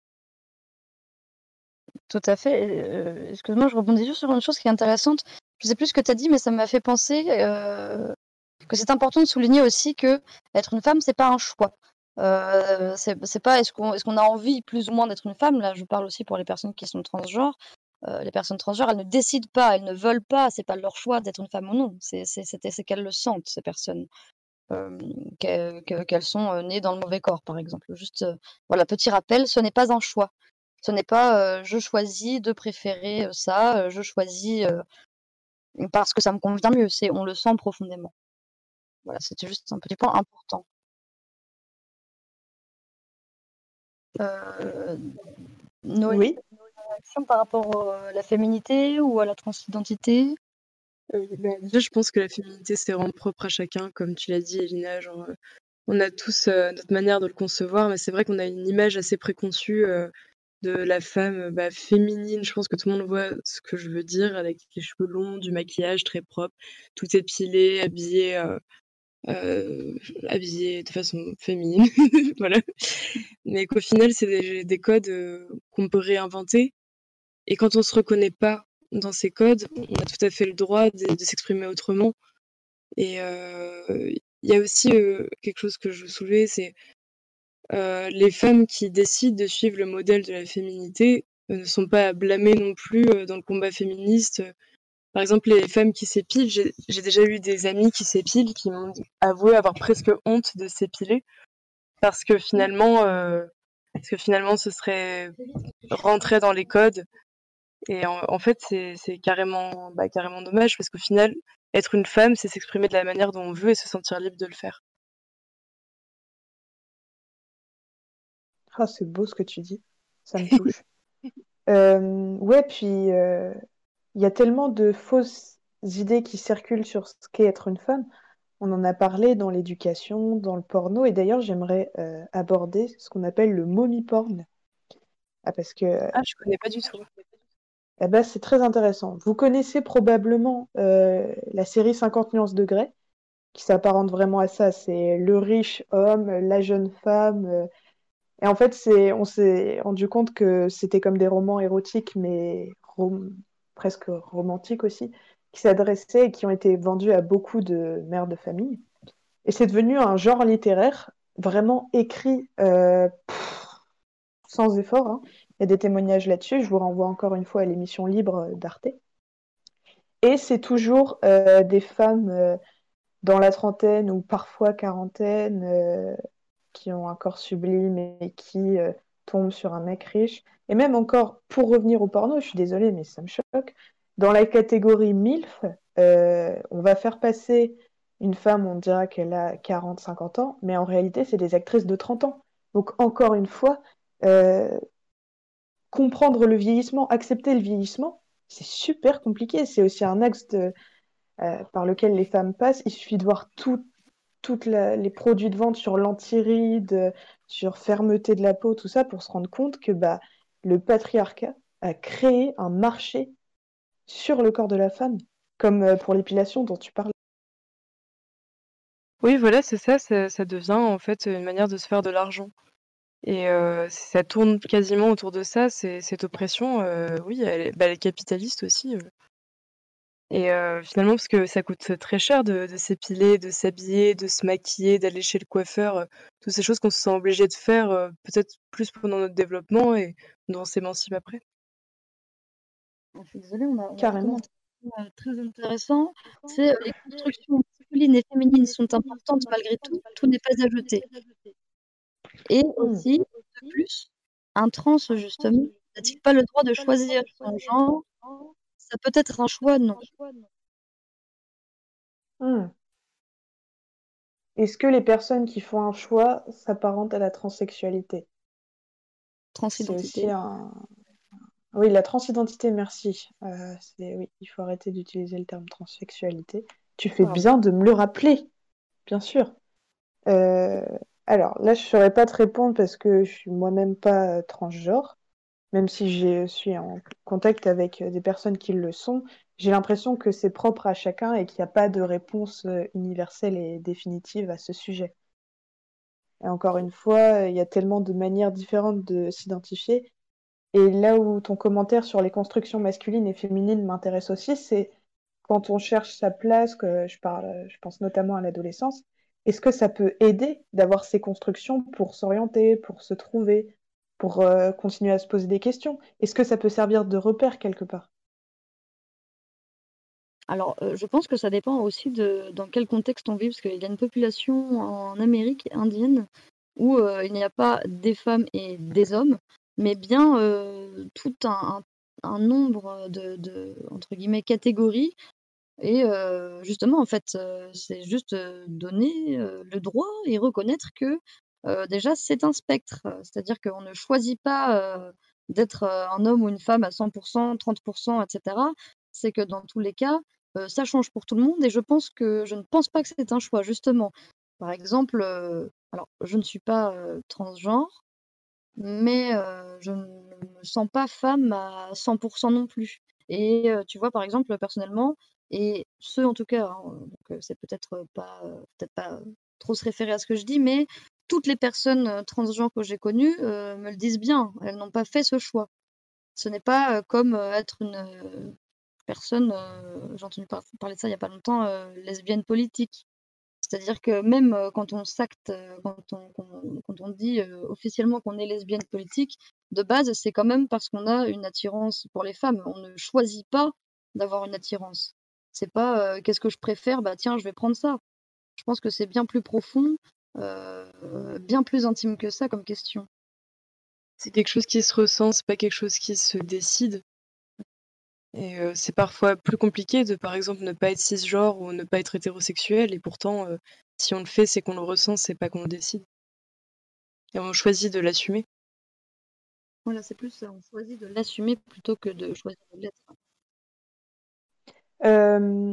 Tout à fait. Et, euh, excuse-moi, je rebondis juste sur une chose qui est intéressante. Je sais plus ce que tu as dit, mais ça m'a fait penser euh, que c'est important de souligner aussi que être une femme, c'est pas un choix. Euh, c'est c'est pas est-ce qu'on est-ce qu'on a envie plus ou moins d'être une femme. Là, je parle aussi pour les personnes qui sont transgenres. Euh, les personnes transgenres, elles ne décident pas, elles ne veulent pas. C'est pas leur choix d'être une femme ou non. C'est c'est c'est- c'est qu'elles le sentent, ces personnes. Euh, qu'elles que- qu'elles sont euh, nées dans le mauvais corps, par exemple. Juste, euh, voilà, petit rappel, ce n'est pas un choix. Ce n'est pas euh, je choisis de préférer euh, ça, euh, je choisis euh, parce que ça me convient mieux. C'est on le sent profondément. Voilà, c'était juste un petit point important. Euh, Noélie,
Oui.
une réaction par rapport euh, à la féminité ou à la transidentité?
Euh, bah, déjà, je pense que la féminité, c'est vraiment propre à chacun, comme tu l'as dit, Elina. Genre, euh, on a tous euh, notre manière de le concevoir, mais c'est vrai qu'on a une image assez préconçue euh, de la femme euh, bah, féminine. Je pense que tout le monde voit ce que je veux dire, avec les cheveux longs, du maquillage très propre, tout épilé, habillé, euh, euh, habillé de façon féminine. Voilà. Mais qu'au final, c'est des, des codes euh, qu'on peut réinventer. Et quand on se reconnaît pas dans ces codes, on a tout à fait le droit de, de s'exprimer autrement. Et euh, il y a aussi euh, quelque chose que je veux soulever, c'est euh, les femmes qui décident de suivre le modèle de la féminité euh, ne sont pas à blâmer non plus euh, dans le combat féministe. Par exemple, les femmes qui s'épilent, j'ai j'ai déjà eu des amis qui s'épilent qui m'ont avoué avoir presque honte de s'épiler parce que finalement, euh, parce que finalement, ce serait rentrer dans les codes. Et en, en fait, c'est c'est carrément, bah, carrément dommage parce qu'au final, être une femme, c'est s'exprimer de la manière dont on veut et se sentir libre de le faire.
Ah, c'est beau ce que tu dis. Ça me touche. Euh, ouais, puis euh, il y a tellement de fausses idées qui circulent sur ce qu'est être une femme. On en a parlé dans l'éducation, dans le porno, et d'ailleurs, j'aimerais euh, aborder ce qu'on appelle le mommy porn. Ah, parce que
Ah, je connais pas du tout.
eh ben, c'est très intéressant. Vous connaissez probablement euh, la série cinquante nuances de Grey, qui s'apparente vraiment à ça. C'est le riche homme, la jeune femme. euh, Et en fait, c'est, on s'est rendu compte que c'était comme des romans érotiques, mais rom- presque romantiques aussi, qui s'adressaient et qui ont été vendus à beaucoup de mères de famille. Et c'est devenu un genre littéraire vraiment écrit euh, pff, sans effort, hein. Il y a des témoignages là-dessus. Je vous renvoie encore une fois à l'émission Libre d'Arte. Et c'est toujours euh, des femmes euh, dans la trentaine ou parfois quarantaine euh, qui ont un corps sublime et qui euh, tombent sur un mec riche. Et même encore, pour revenir au porno, je suis désolée, mais ça me choque. Dans la catégorie MILF, euh, on va faire passer une femme, on dira qu'elle a quarante, cinquante ans, mais en réalité, c'est des actrices de trente ans. Donc, encore une fois, euh, comprendre le vieillissement, accepter le vieillissement, c'est super compliqué. C'est aussi un axe de, euh, par lequel les femmes passent. Il suffit de voir tout, toutes la- les produits de vente sur l'anti-rides, sur fermeté de la peau, tout ça, pour se rendre compte que bah, le patriarcat a créé un marché sur le corps de la femme, comme euh, pour l'épilation dont tu parlais.
Oui, voilà, c'est ça, ça, ça devient en fait une manière de se faire de l'argent. Et euh, ça tourne quasiment autour de ça, c'est, cette oppression, euh, oui, elle, est- bah, elle est capitaliste aussi. euh. Et euh, finalement, parce que ça coûte très cher de, de s'épiler, de s'habiller, de se maquiller, d'aller chez le coiffeur, euh, toutes ces choses qu'on se sent obligé de faire, euh, peut-être plus pendant notre développement et dont on s'émancipe après.
Je suis désolée, on a, on a un
Carrément.
commentaire euh, très intéressant. C'est euh, les constructions masculines et féminines sont importantes malgré tout, tout n'est pas à jeter. Et
Hmm.
aussi, de plus, un trans, justement, n'a-t-il pas le droit de choisir son genre? Ça peut être un choix, non.
Hmm. Est-ce que les personnes qui font un choix s'apparentent à la transsexualité? C'est aussi
Transidentité.
un... Oui, la transidentité, merci. Euh, c'est... Oui, il faut arrêter d'utiliser le terme transsexualité. Tu fais
Pardon.
bien de me le rappeler, bien sûr. Euh, alors là, je ne saurais pas te répondre parce que je suis moi-même pas euh, transgenre, même si je suis en contact avec euh, des personnes qui le sont. J'ai l'impression que c'est propre à chacun et qu'il n'y a pas de réponse euh, universelle et définitive à ce sujet. Et encore une fois, il y a tellement de manières différentes de s'identifier. Et là où ton commentaire sur les constructions masculines et féminines m'intéresse aussi, c'est quand on cherche sa place, que je parle, je pense notamment à l'adolescence, est-ce que ça peut aider d'avoir ces constructions pour s'orienter, pour se trouver, pour euh, continuer à se poser des questions? Est-ce que ça peut servir de repère quelque part?
Alors, euh, je pense que ça dépend aussi de dans quel contexte on vit, parce qu'il y a une population en Amérique indienne où euh, il n'y a pas des femmes et des hommes, mais bien euh, tout un, un- un nombre de, de, entre guillemets, catégories. Et euh, justement, en fait, euh, c'est juste euh, donner euh, le droit et reconnaître que euh, déjà, c'est un spectre. Euh, C'est-à-dire qu'on ne choisit pas euh, d'être euh, un homme ou une femme à cent pour cent, trente pour cent, et cetera. C'est que dans tous les cas, euh, ça change pour tout le monde et je pense que je ne pense pas que c'est un choix, justement. Par exemple, euh, alors je ne suis pas euh, transgenre, mais heu, je ne me sens pas femme à cent pour cent non plus. Et heu, tu vois, par exemple, personnellement et ce en tout cas, hein, donc heu, c'est peut-être pas, heu, peut-être pas, heu, trop se référer à ce que je dis, mais toutes les personnes, heu, transgenres que j'ai connues, heu, me le disent bien. Elles n'ont pas fait ce choix. Ce n'est pas, heu, comme, heu, être une, heu, personne, heu, j'ai entendu par parler de ça il y a pas longtemps, heu, lesbienne politique. C'est-à-dire que même, heu, quand on s'acte, heu, quand on qu'on quand on dit, heu, officiellement qu'on est lesbienne politique, de base, c'est quand même parce qu'on a une attirance pour les femmes. On ne choisit pas d'avoir une attirance. C'est pas, heu: «Qu'est-ce que je préfère? Bah, tiens, je vais prendre ça». Je pense que c'est bien plus profond, heu, bien plus intime que ça comme question.
C'est quelque chose qui se ressent, c'est pas quelque chose qui se décide. Et euh, c'est parfois plus compliqué de, par exemple, ne pas être cisgenre ou ne pas être hétérosexuel. Et pourtant, euh, si on le fait, c'est qu'on le ressent, c'est pas qu'on le décide. Et on choisit de l'assumer.
Voilà, c'est plus ça, on choisit de l'assumer plutôt que de choisir de l'être.
Euh,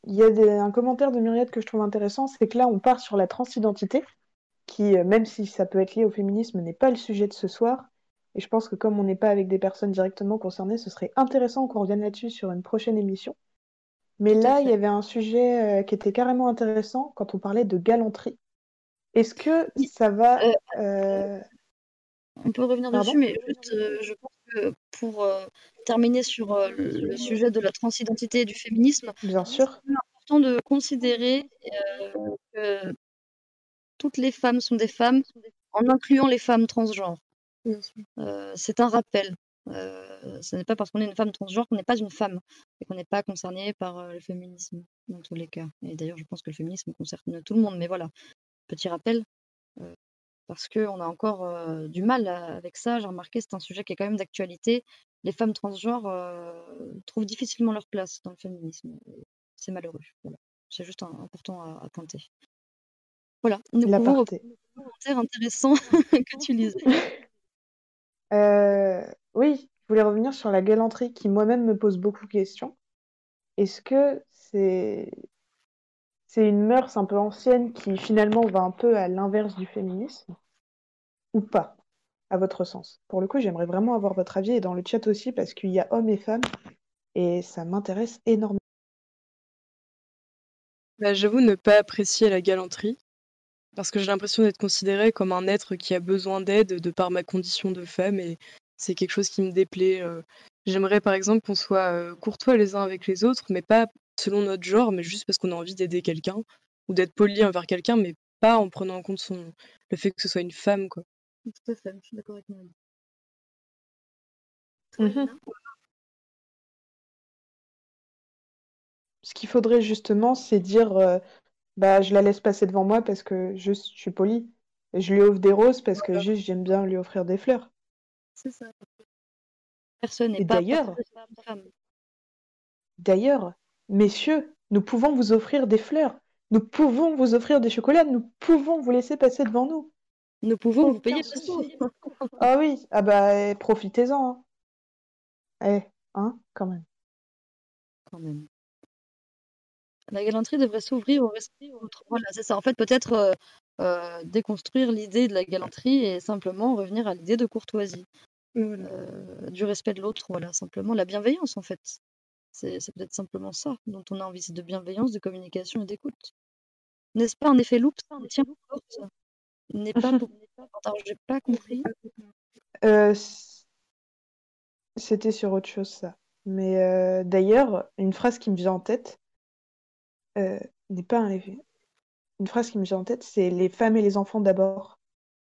il y a des- un commentaire de Myriad que je trouve intéressant, c'est que là, on part sur la transidentité, qui, euh, même si ça peut être lié au féminisme, n'est pas le sujet de ce soir. Et je pense que comme on n'est pas avec des personnes directement concernées, ce serait intéressant qu'on revienne là-dessus sur une prochaine émission. Mais
Tout à
là, il y
fait.
avait un sujet euh, qui était carrément intéressant quand on parlait de galanterie. Est-ce que
Oui,
ça va...
euh,
euh,
on peut revenir dessus,
Pardon?
mais juste, euh, je pense que pour euh, terminer sur euh, le le sujet de la transidentité et du féminisme,
Bien
c'est
sûr.
important de considérer euh, que toutes les femmes sont des femmes, en incluant les femmes transgenres.
Bien sûr.
Euh, c'est un rappel. Euh, ce n'est pas parce qu'on est une femme transgenre qu'on n'est pas une femme et qu'on n'est pas concerné par euh, le féminisme dans tous les cas. Et d'ailleurs, je pense que le féminisme concerne tout le monde, mais voilà, petit rappel. euh, Parce qu'on a encore euh, du mal à- avec ça. J'ai remarqué, c'est un sujet qui est quand même d'actualité. Les femmes transgenres euh, trouvent difficilement leur place dans le féminisme. C'est malheureux. Voilà. C'est juste un- important à, à pointer. Voilà, nous pouvons reprendre
L'aparté.
le commentaire intéressant que tu lisais.
Euh, oui, je voulais revenir sur la galanterie qui moi-même me pose beaucoup de questions. Est-ce que c'est c'est une mœurs un peu ancienne qui finalement va un peu à l'inverse du féminisme ou pas, à votre sens? Pour le coup, j'aimerais vraiment avoir votre avis et dans le chat aussi parce qu'il y a hommes et femmes et ça m'intéresse énormément.
Bah, j'avoue ne pas apprécier la galanterie, parce que j'ai l'impression d'être considérée comme un être qui a besoin d'aide de par ma condition de femme, et c'est quelque chose qui me déplaît. euh. J'aimerais par exemple qu'on soit euh, courtois les uns avec les autres, mais pas selon notre genre, mais juste parce qu'on a envie d'aider quelqu'un, ou d'être poli envers quelqu'un, mais pas en prenant en compte son... le fait que ce soit une femme, quoi.
Tout à fait, je suis d'accord avec Noémie.
Mhm. Ce qu'il faudrait justement, c'est dire euh, bah, je la laisse passer devant moi parce que juste je suis polie. Et je lui offre des roses parce que juste j'aime bien lui offrir des fleurs.
C'est ça. Personne n'est
Et
pas
d'ailleurs,
porté par une femme.
d'ailleurs, messieurs, nous pouvons vous offrir des fleurs. Nous pouvons vous offrir des chocolats. Nous pouvons vous laisser passer devant nous.
Nous pouvons vous
Aucun
payer le resto.
souci. Ah oui, ah bah eh, profitez-en. Hein. Eh, hein, quand même.
Quand même. La galanterie devrait s'ouvrir au respect autre. Voilà, c'est ça. En fait, peut-être euh, euh, déconstruire l'idée de la galanterie et simplement revenir à l'idée de courtoisie,
Voilà.
euh, du respect de l'autre. Voilà, simplement la bienveillance, en fait. C'est c'est peut-être simplement ça dont on a envie, c'est de bienveillance, de communication et d'écoute. N'est-ce pas un effet loop, ça? Tiens, porte. N'est pas pour. Alors, j'ai pas compris.
Euh, c- C'était sur autre chose, ça. Mais euh, d'ailleurs, une phrase qui me vient en tête euh, n'est pas un effet. Une phrase qui me vient en tête, c'est les femmes et les enfants d'abord.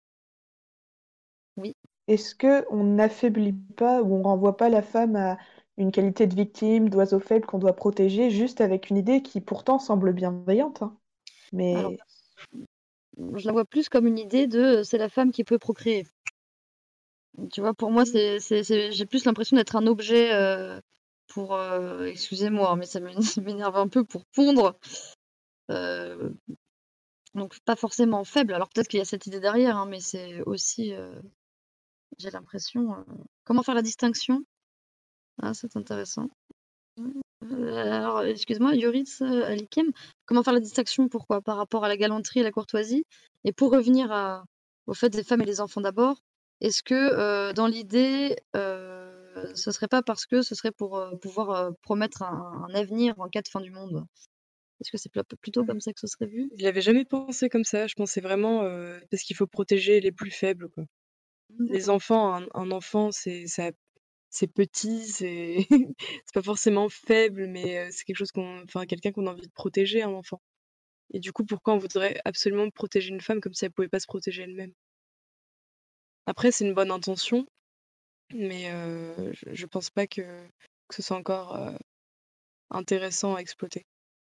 Oui.
Est-ce que on n'affaiblit pas ou on renvoie pas la femme à une qualité de victime, d'oiseau faible qu'on doit protéger, juste avec une idée qui pourtant semble bienveillante, hein.
Alors,
Mais
je la vois plus comme une idée de euh, c'est la femme qui peut procréer. Tu vois, pour moi, c'est, c'est, c'est- j'ai plus l'impression d'être un objet euh, pour. euh, excusez-moi, mais ça m'é- ça m'énerve un peu pour pondre. Euh, donc, pas forcément faible. Alors, peut-être qu'il y a cette idée derrière, hein, mais c'est aussi. euh, j'ai l'impression. euh, Comment faire la distinction? Ah, c'est intéressant. Euh, alors, excuse-moi, Yoris euh, Alikem, comment faire la distinction, pourquoi? Par rapport à la galanterie et la courtoisie? Et pour revenir à- au fait des femmes et les enfants d'abord, est-ce que euh, dans l'idée, euh, ce serait pas parce que ce serait pour euh, pouvoir euh, promettre un, un avenir en cas de fin du monde? Est-ce que c'est pl- plutôt comme ça que ce serait vu?
Je l'avais jamais pensé comme ça, je pensais vraiment euh, parce qu'il faut protéger les plus faibles, quoi. Les
D'accord.
enfants, un, un enfant, c'est ça, c'est petit, c'est c'est pas forcément faible, mais euh, c'est quelque chose qu'on, enfin, quelqu'un qu'on a envie de protéger, un enfant. Et du coup, pourquoi on voudrait absolument protéger une femme comme si elle pouvait pas se protéger elle-même? Après, c'est une bonne intention, mais euh, je, je pense pas que, que ce soit encore euh, intéressant à exploiter.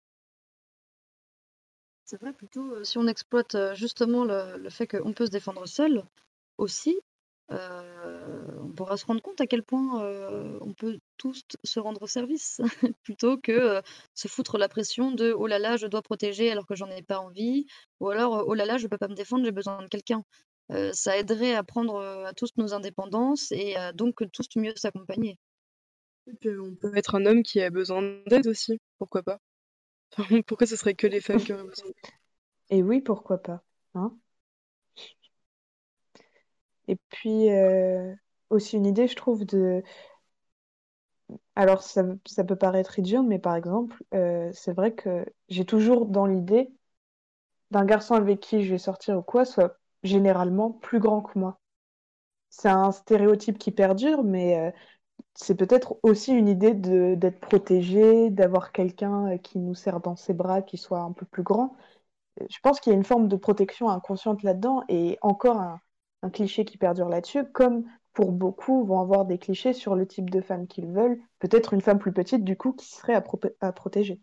C'est vrai, plutôt euh, si on exploite euh, justement le, le fait qu'on peut se défendre seul aussi, euh, on pourra se rendre compte à quel point euh, on peut tous t- se rendre service plutôt que euh, se foutre la pression de oh là là, je dois protéger alors que j'en ai pas envie, ou alors euh, oh là là, je peux pas me défendre, j'ai besoin de quelqu'un. Euh, ça aiderait à prendre euh, à tous nos indépendances et à donc tous mieux s'accompagner.
Et puis, on peut être un homme qui a besoin d'aide aussi, pourquoi pas? Enfin, pourquoi ce serait que les femmes qui auraient besoin de
Et oui, pourquoi pas, hein? Et puis, euh, aussi une idée, je trouve, de... Alors, ça, ça peut paraître idiot, mais par exemple, euh, c'est vrai que j'ai toujours dans l'idée d'un garçon avec qui je vais sortir ou quoi, soit généralement plus grand que moi. C'est un stéréotype qui perdure, mais euh, c'est peut-être aussi une idée de d'être protégé, d'avoir quelqu'un euh, qui nous serre dans ses bras, qui soit un peu plus grand. Euh, Je pense qu'il y a une forme de protection inconsciente là-dedans, et encore un, un cliché qui perdure là-dessus, comme pour beaucoup vont avoir des clichés sur le type de femme qu'ils veulent, peut-être une femme plus petite du coup qui serait à, pro- à protéger.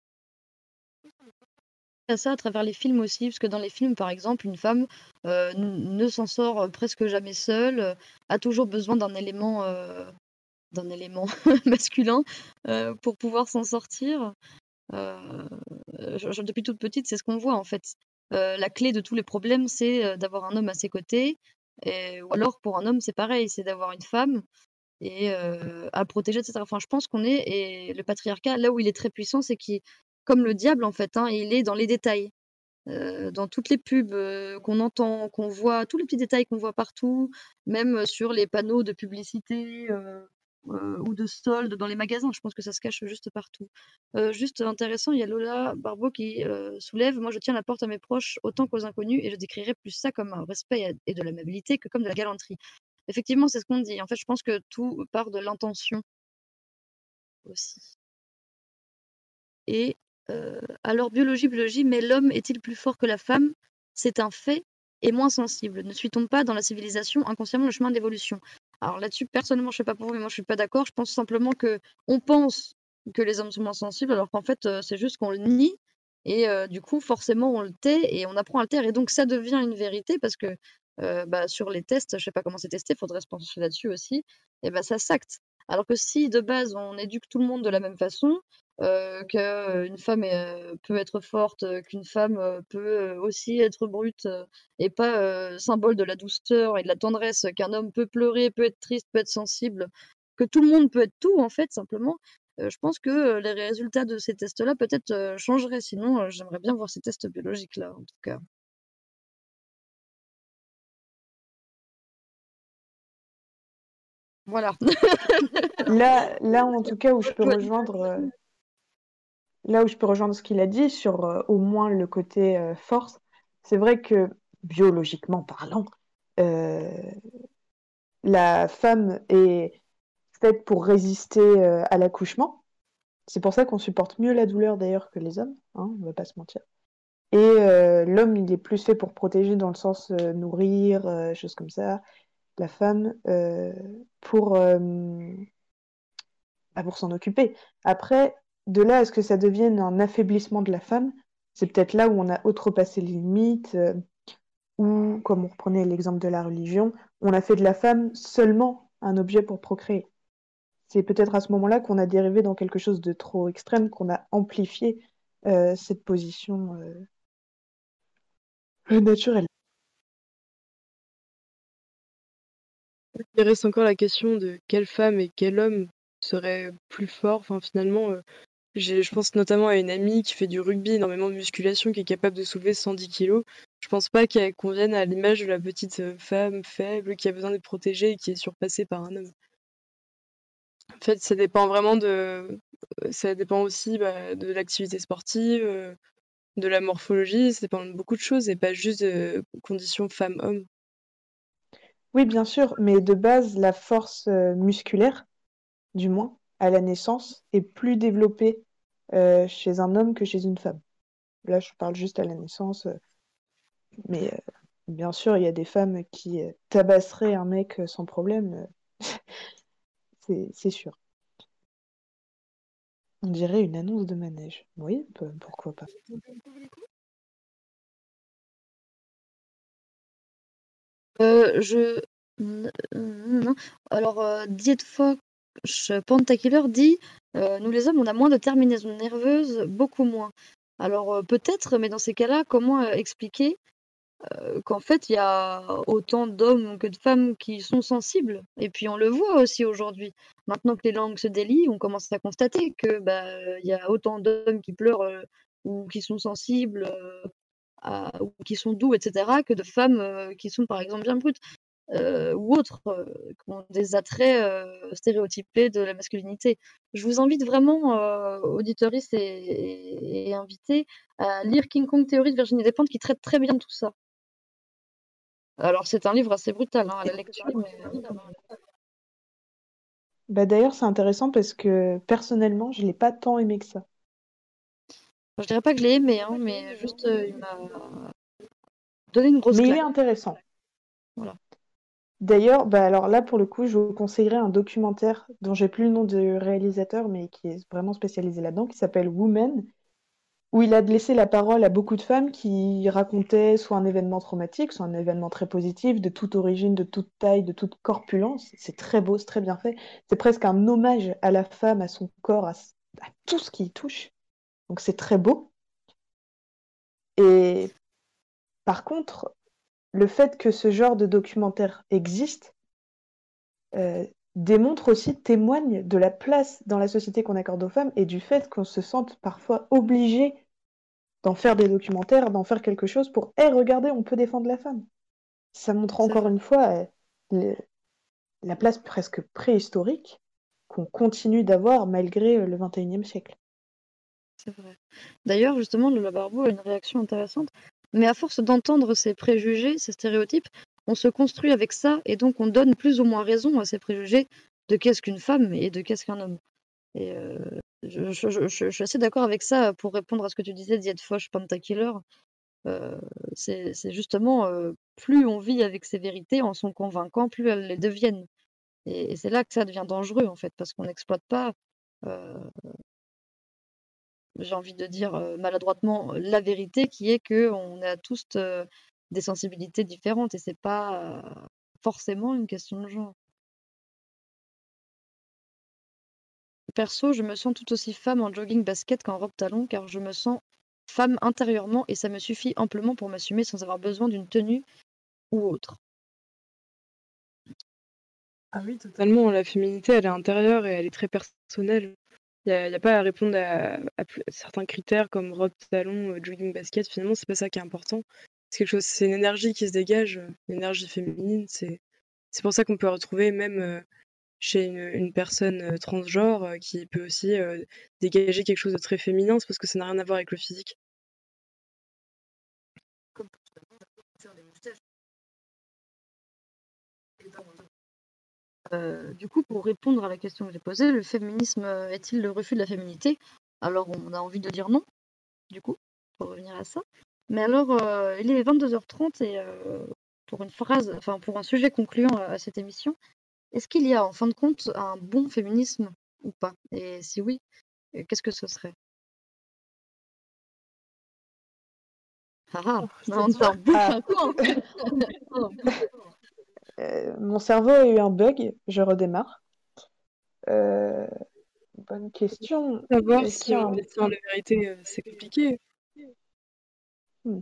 À ça à travers les films aussi, parce que dans les films, par exemple, une femme euh, n- ne s'en sort euh, presque jamais seule, euh, a toujours besoin d'un élément, euh, d'un élément masculin euh, pour pouvoir s'en sortir. Euh, je- je- depuis toute petite, c'est ce qu'on voit en fait. Euh, la clé de tous les problèmes, c'est euh, d'avoir un homme à ses côtés, et- ou alors pour un homme, c'est pareil, c'est d'avoir une femme et euh, à protéger, et cetera. Enfin, je pense qu'on est, et le patriarcat, là où il est très puissant, c'est qu'il, comme le diable en fait, hein, il est dans les détails. Heu, dans toutes les pubs, heu, qu'on entend, qu'on voit, tous les petits détails qu'on voit partout, même, heu, sur les panneaux de publicité, heu heu, ou de soldes dans les magasins. Je pense que ça se cache juste partout. Heu, juste intéressant, il y a Lola Barbeau qui, heu, soulève: «Moi, je tiens la porte à mes proches autant qu'aux inconnus et je décrirais plus ça comme un respect et et de l'amabilité que comme de la galanterie». Effectivement, c'est ce qu'on dit. En fait, je pense que tout part de l'intention aussi. Et heu, alors biologie, biologie, mais l'homme est-il plus fort que la femme? C'est un fait et moins sensible. Ne suit-on pas dans la civilisation inconsciemment le chemin d'évolution? Alors là-dessus, personnellement, je sais pas pour vous, mais moi je suis pas d'accord. Je pense simplement que on pense que les hommes sont moins sensibles, alors qu'en fait, heu, c'est juste qu'on le nie et heu, du coup, forcément, on le tait et on apprend à le taire et donc ça devient une vérité parce que, heu, bah, sur les tests, je sais pas comment c'est testé, faudrait se pencher là-dessus aussi et bah, ça s'acte. Alors que si de base on éduque tout le monde de la même façon, heu, qu'une femme est, heu, peut être forte, heu, qu'une femme, heu, peut, heu, aussi être brute, heu, et pas, heu, symbole de la douceur et de la tendresse, qu'un homme peut pleurer, peut être triste, peut être sensible, que tout le monde peut être tout en fait simplement, heu, je pense que, heu, les résultats de ces tests-là peut-être, heu, changeraient. Sinon, heu, j'aimerais bien voir ces tests biologiques-là en tout cas. Voilà.
Là, là en tout cas où je peux
Je
rejoindre, euh, là où je peux rejoindre ce qu'il a dit sur euh, au moins le côté euh, force, c'est vrai que biologiquement parlant, euh, la femme est faite pour résister euh, à l'accouchement. C'est pour ça qu'on supporte mieux la douleur d'ailleurs que les hommes, hein, on va pas se mentir. Et euh, l'homme, il est plus fait pour protéger dans le sens euh, nourrir, euh, choses comme ça. La femme, euh, pour, euh, bah, pour s'en occuper. Après, de là à ce que ça devienne un affaiblissement de la femme, c'est peut-être là où on a outrepassé les limites, euh, ou, comme on reprenait l'exemple de la religion, on a fait de la femme seulement un objet pour procréer. C'est peut-être à ce moment-là qu'on a dérivé dans quelque chose de trop extrême, qu'on a amplifié euh, cette position euh, naturelle.
Il reste encore la question de quelle femme et quel homme serait plus fort. Enfin, finalement, heu, j'ai je pense notamment à une amie qui fait du rugby, énormément de musculation, qui est capable de soulever cent dix kilos. Je pense pas qu'elle convienne à l'image de la petite, heu, femme faible qui a besoin d'être protégée et qui est surpassée par un homme. En fait, ça dépend vraiment de heu, ça dépend aussi, bah, de l'activité sportive, heu, de la morphologie, ça dépend de beaucoup de choses et pas juste de conditions femme-homme.
Oui, bien sûr, mais de base, la force euh, musculaire, du moins, à la naissance, est plus développée euh, chez un homme que chez une femme. Là, je parle juste à la naissance, euh, mais euh, bien sûr, il y a des femmes qui euh, tabasseraient un mec euh, sans problème, euh, c'est c'est sûr. On dirait une annonce de manège. Oui, peu- pourquoi pas.
Heu, je n non. Alors, heu, Diet Fox Pentakiller dit, heu: «Nous les hommes, on a moins de terminaisons nerveuses, beaucoup moins». Alors, heu, peut-être, mais dans ces cas-là, comment, heu, expliquer euh, qu'en fait, il y a autant d'hommes que de femmes qui sont sensibles. Et puis on le voit aussi aujourd'hui. Maintenant que les langues se délient, on commence à constater que bah, il y a autant d'hommes qui pleurent euh, ou qui sont sensibles euh, à- ou qui sont doux, et cetera, que de femmes euh, qui sont par exemple bien brutes euh, ou autres, euh, qui ont des attraits euh, stéréotypés de la masculinité. Je vous invite vraiment, euh, auditeuristes et, et, et invités, à lire King Kong Theory de Virginie Despentes qui traite très bien de tout ça. Alors c'est un livre assez brutal hein, à la lecture, mais euh,
Bah, d'ailleurs, c'est intéressant parce que personnellement, je l'ai pas tant aimé que ça.
je dirais pas que je l'ai aimé, hein, mais juste euh, il m'a donné une grosse
Mais il est
claque.
intéressant.
Voilà.
D'ailleurs, bah alors là, pour le coup, je vous conseillerais un documentaire dont j'ai plus le nom du réalisateur, mais qui est vraiment spécialisé là-dedans, qui s'appelle Women, où il a laissé la parole à beaucoup de femmes qui racontaient soit un événement traumatique, soit un événement très positif, de toute origine, de toute taille, de toute corpulence. C'est très beau, c'est très bien fait. C'est presque un hommage à la femme, à son corps, à, s- à tout ce qui y touche. Donc c'est très beau. Et par contre, le fait que ce genre de documentaire existe euh, démontre aussi, témoigne de la place dans la société qu'on accorde aux femmes et du fait qu'on se sente parfois obligé d'en faire des documentaires, d'en faire quelque chose pour hey, regardez, on peut défendre la femme. Ça montre
C'est
encore
vrai.
une fois euh, le- la place presque préhistorique qu'on continue d'avoir malgré euh, le vingt et unième siècle.
C'est vrai. D'ailleurs, justement, Lola Barbeau a une réaction intéressante. Mais à force d'entendre ces préjugés, ces stéréotypes, on se construit avec ça et donc on donne plus ou moins raison à ces préjugés de qu'est-ce qu'une femme et de qu'est-ce qu'un homme. Et euh, je, je- je- je- je suis assez d'accord avec ça pour répondre à ce que tu disais, Diet Foch, Pentakiller. Euh, c'est c'est justement euh, plus on vit avec ces vérités en sont convaincants, plus elles les deviennent. Et, et c'est là que ça devient dangereux en fait, parce qu'on n'exploite pas. euh, j'ai envie de dire euh, maladroitement la vérité qui est que on a tous euh, des sensibilités différentes et c'est pas euh, forcément une question de genre. Perso, je me sens tout aussi femme en jogging basket qu'en robe talon car je me sens femme intérieurement et ça me suffit amplement pour m'assumer sans avoir besoin d'une tenue ou autre.
Ah oui, totalement. La féminité, elle est intérieure et elle est très personnelle. Il n'y a, y a pas à répondre à, à plus- certains critères comme robe, talon, euh, jogging, basket. Finalement, c'est pas ça qui est important. C'est quelque chose, c'est une énergie qui se dégage, euh, une énergie féminine. C'est, c'est pour ça qu'on peut retrouver même euh, chez une, une personne euh, transgenre euh, qui peut aussi euh, dégager quelque chose de très féminin. C'est parce que ça n'a rien à voir avec le physique.
Comme pour faire des moustaches. Euh, du coup, pour répondre à la question que j'ai posée, le féminisme euh, est-il le refus de la féminité? Alors, on a envie de dire non, du coup, pour revenir à ça. Mais alors, euh, il est vingt-deux heures trente et euh, pour une phrase, enfin pour un sujet concluant à, à cette émission, est-ce qu'il y a en fin de compte un bon féminisme ou pas? Et si oui, euh, qu'est-ce que ce serait? Ah ah, on t'en bouffe
Ah,
un coin!
euh, mon cerveau a eu un bug, je redémarre. Euh, bonne question.
Savoir
Est-ce qu'il
si
y a
on
un...
détient la vérité, euh, c'est compliqué.
Hmm.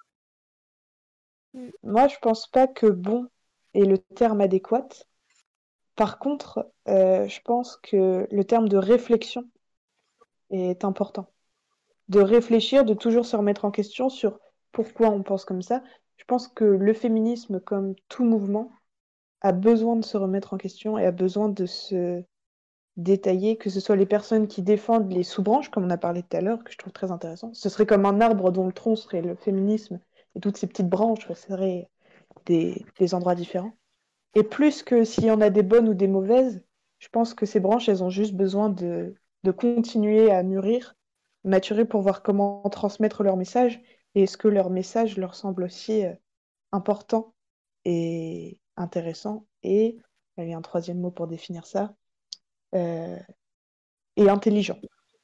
Moi, je pense pas que bon est le terme adéquat. Par contre, euh, je pense que le terme de réflexion est important. De réfléchir, de toujours se remettre en question sur pourquoi on pense comme ça. Je pense que le féminisme, comme tout mouvement, a besoin de se remettre en question et a besoin de se détailler, que ce soit les personnes qui défendent les sous-branches, comme on a parlé tout à l'heure, que je trouve très intéressant. Ce serait comme un arbre dont le tronc serait le féminisme et toutes ces petites branches seraient des, des endroits différents. Et plus que s'il y en a des bonnes ou des mauvaises, je pense que ces branches, elles ont juste besoin de, de continuer à mûrir, maturer pour voir comment transmettre leur message et est-ce que leur message leur semble aussi euh, important et intéressant et, il y a un troisième mot pour définir ça, euh, et intelligent.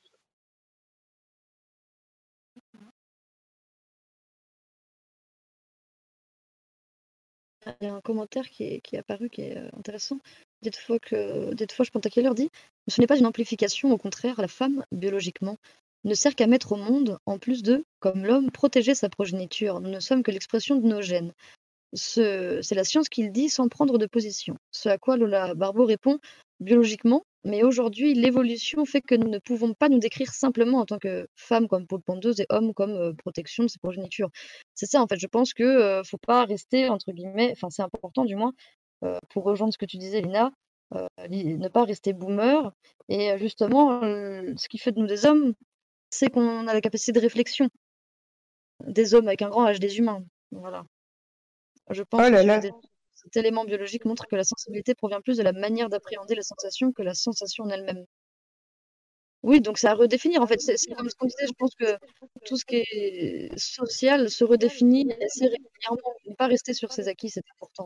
Il y a un commentaire qui est, qui est apparu qui est euh, intéressant. Des fois que des fois, je pense à quelle heure dit ce n'est pas une amplification, au contraire, la femme, biologiquement, ne sert qu'à mettre au monde, en plus de, comme l'homme, protéger sa progéniture. Nous ne sommes que l'expression de nos gènes. Ce- C'est la science qui le dit sans prendre de position. Ce à quoi Lola Barbeau répond biologiquement, mais aujourd'hui, l'évolution fait que nous ne pouvons pas nous décrire simplement en tant que femmes comme peau de pondeuse et hommes comme euh, protection de ses progénitures. C'est ça, en fait, je pense que euh, faut pas rester, entre guillemets, enfin, c'est important du moins, euh, pour rejoindre ce que tu disais, Lina, euh, li- ne pas rester boomer. Et euh, justement, euh, ce qui fait de nous des hommes, c'est qu'on a la capacité de réflexion des hommes avec un grand H, des humains. Voilà. Je
Oh
pense qu'au
là
sujet
là,
des cet élément biologique montre que la sensibilité provient plus de la manière d'appréhender la sensation que la sensation en elle-même. Oui, donc c'est à redéfinir en fait. C'est c'est comme ce qu'on disait, je pense que tout ce qui est social se redéfinit assez régulièrement. Ne pas rester sur ses acquis, c'est important.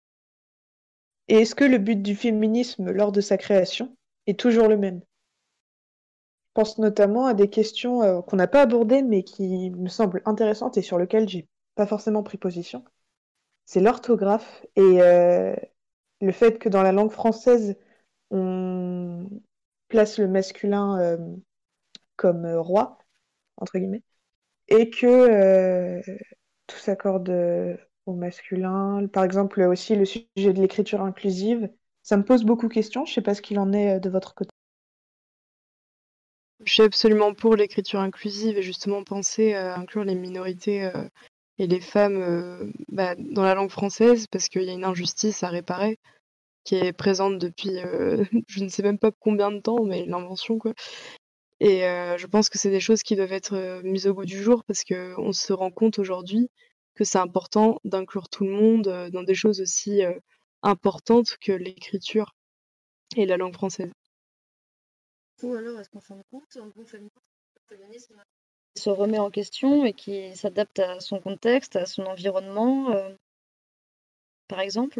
et est-ce que le but du féminisme lors de sa création est toujours le même? Je pense notamment à des questions euh, qu'on n'a pas abordées mais qui me semblent intéressantes et sur lesquelles j'ai pas forcément pris position. C'est l'orthographe et euh, le fait que dans la langue française, on place le masculin euh, comme euh, roi, entre guillemets, et que euh, tout s'accorde euh, au masculin. Par exemple, aussi le sujet de l'écriture inclusive, ça me pose beaucoup de questions. Je sais pas ce qu'il en est euh, de votre côté.
Je suis absolument pour l'écriture inclusive et justement penser à inclure les minorités euh, et les femmes euh, bah, dans la langue française parce qu'il y a une injustice à réparer qui est présente depuis euh, je ne sais même pas combien de temps, mais l'invention quoi. Et euh, je pense que c'est des choses qui doivent être euh, mises au goût du jour parce qu'on se rend compte aujourd'hui que c'est important d'inclure tout le monde euh, dans des choses aussi euh, importantes que l'écriture et la langue française.
Ou alors, est-ce qu'on s'en rend compte un bon féminisme féminisme qui se remet en question et qui s'adapte à son contexte, à son environnement, euh, par exemple?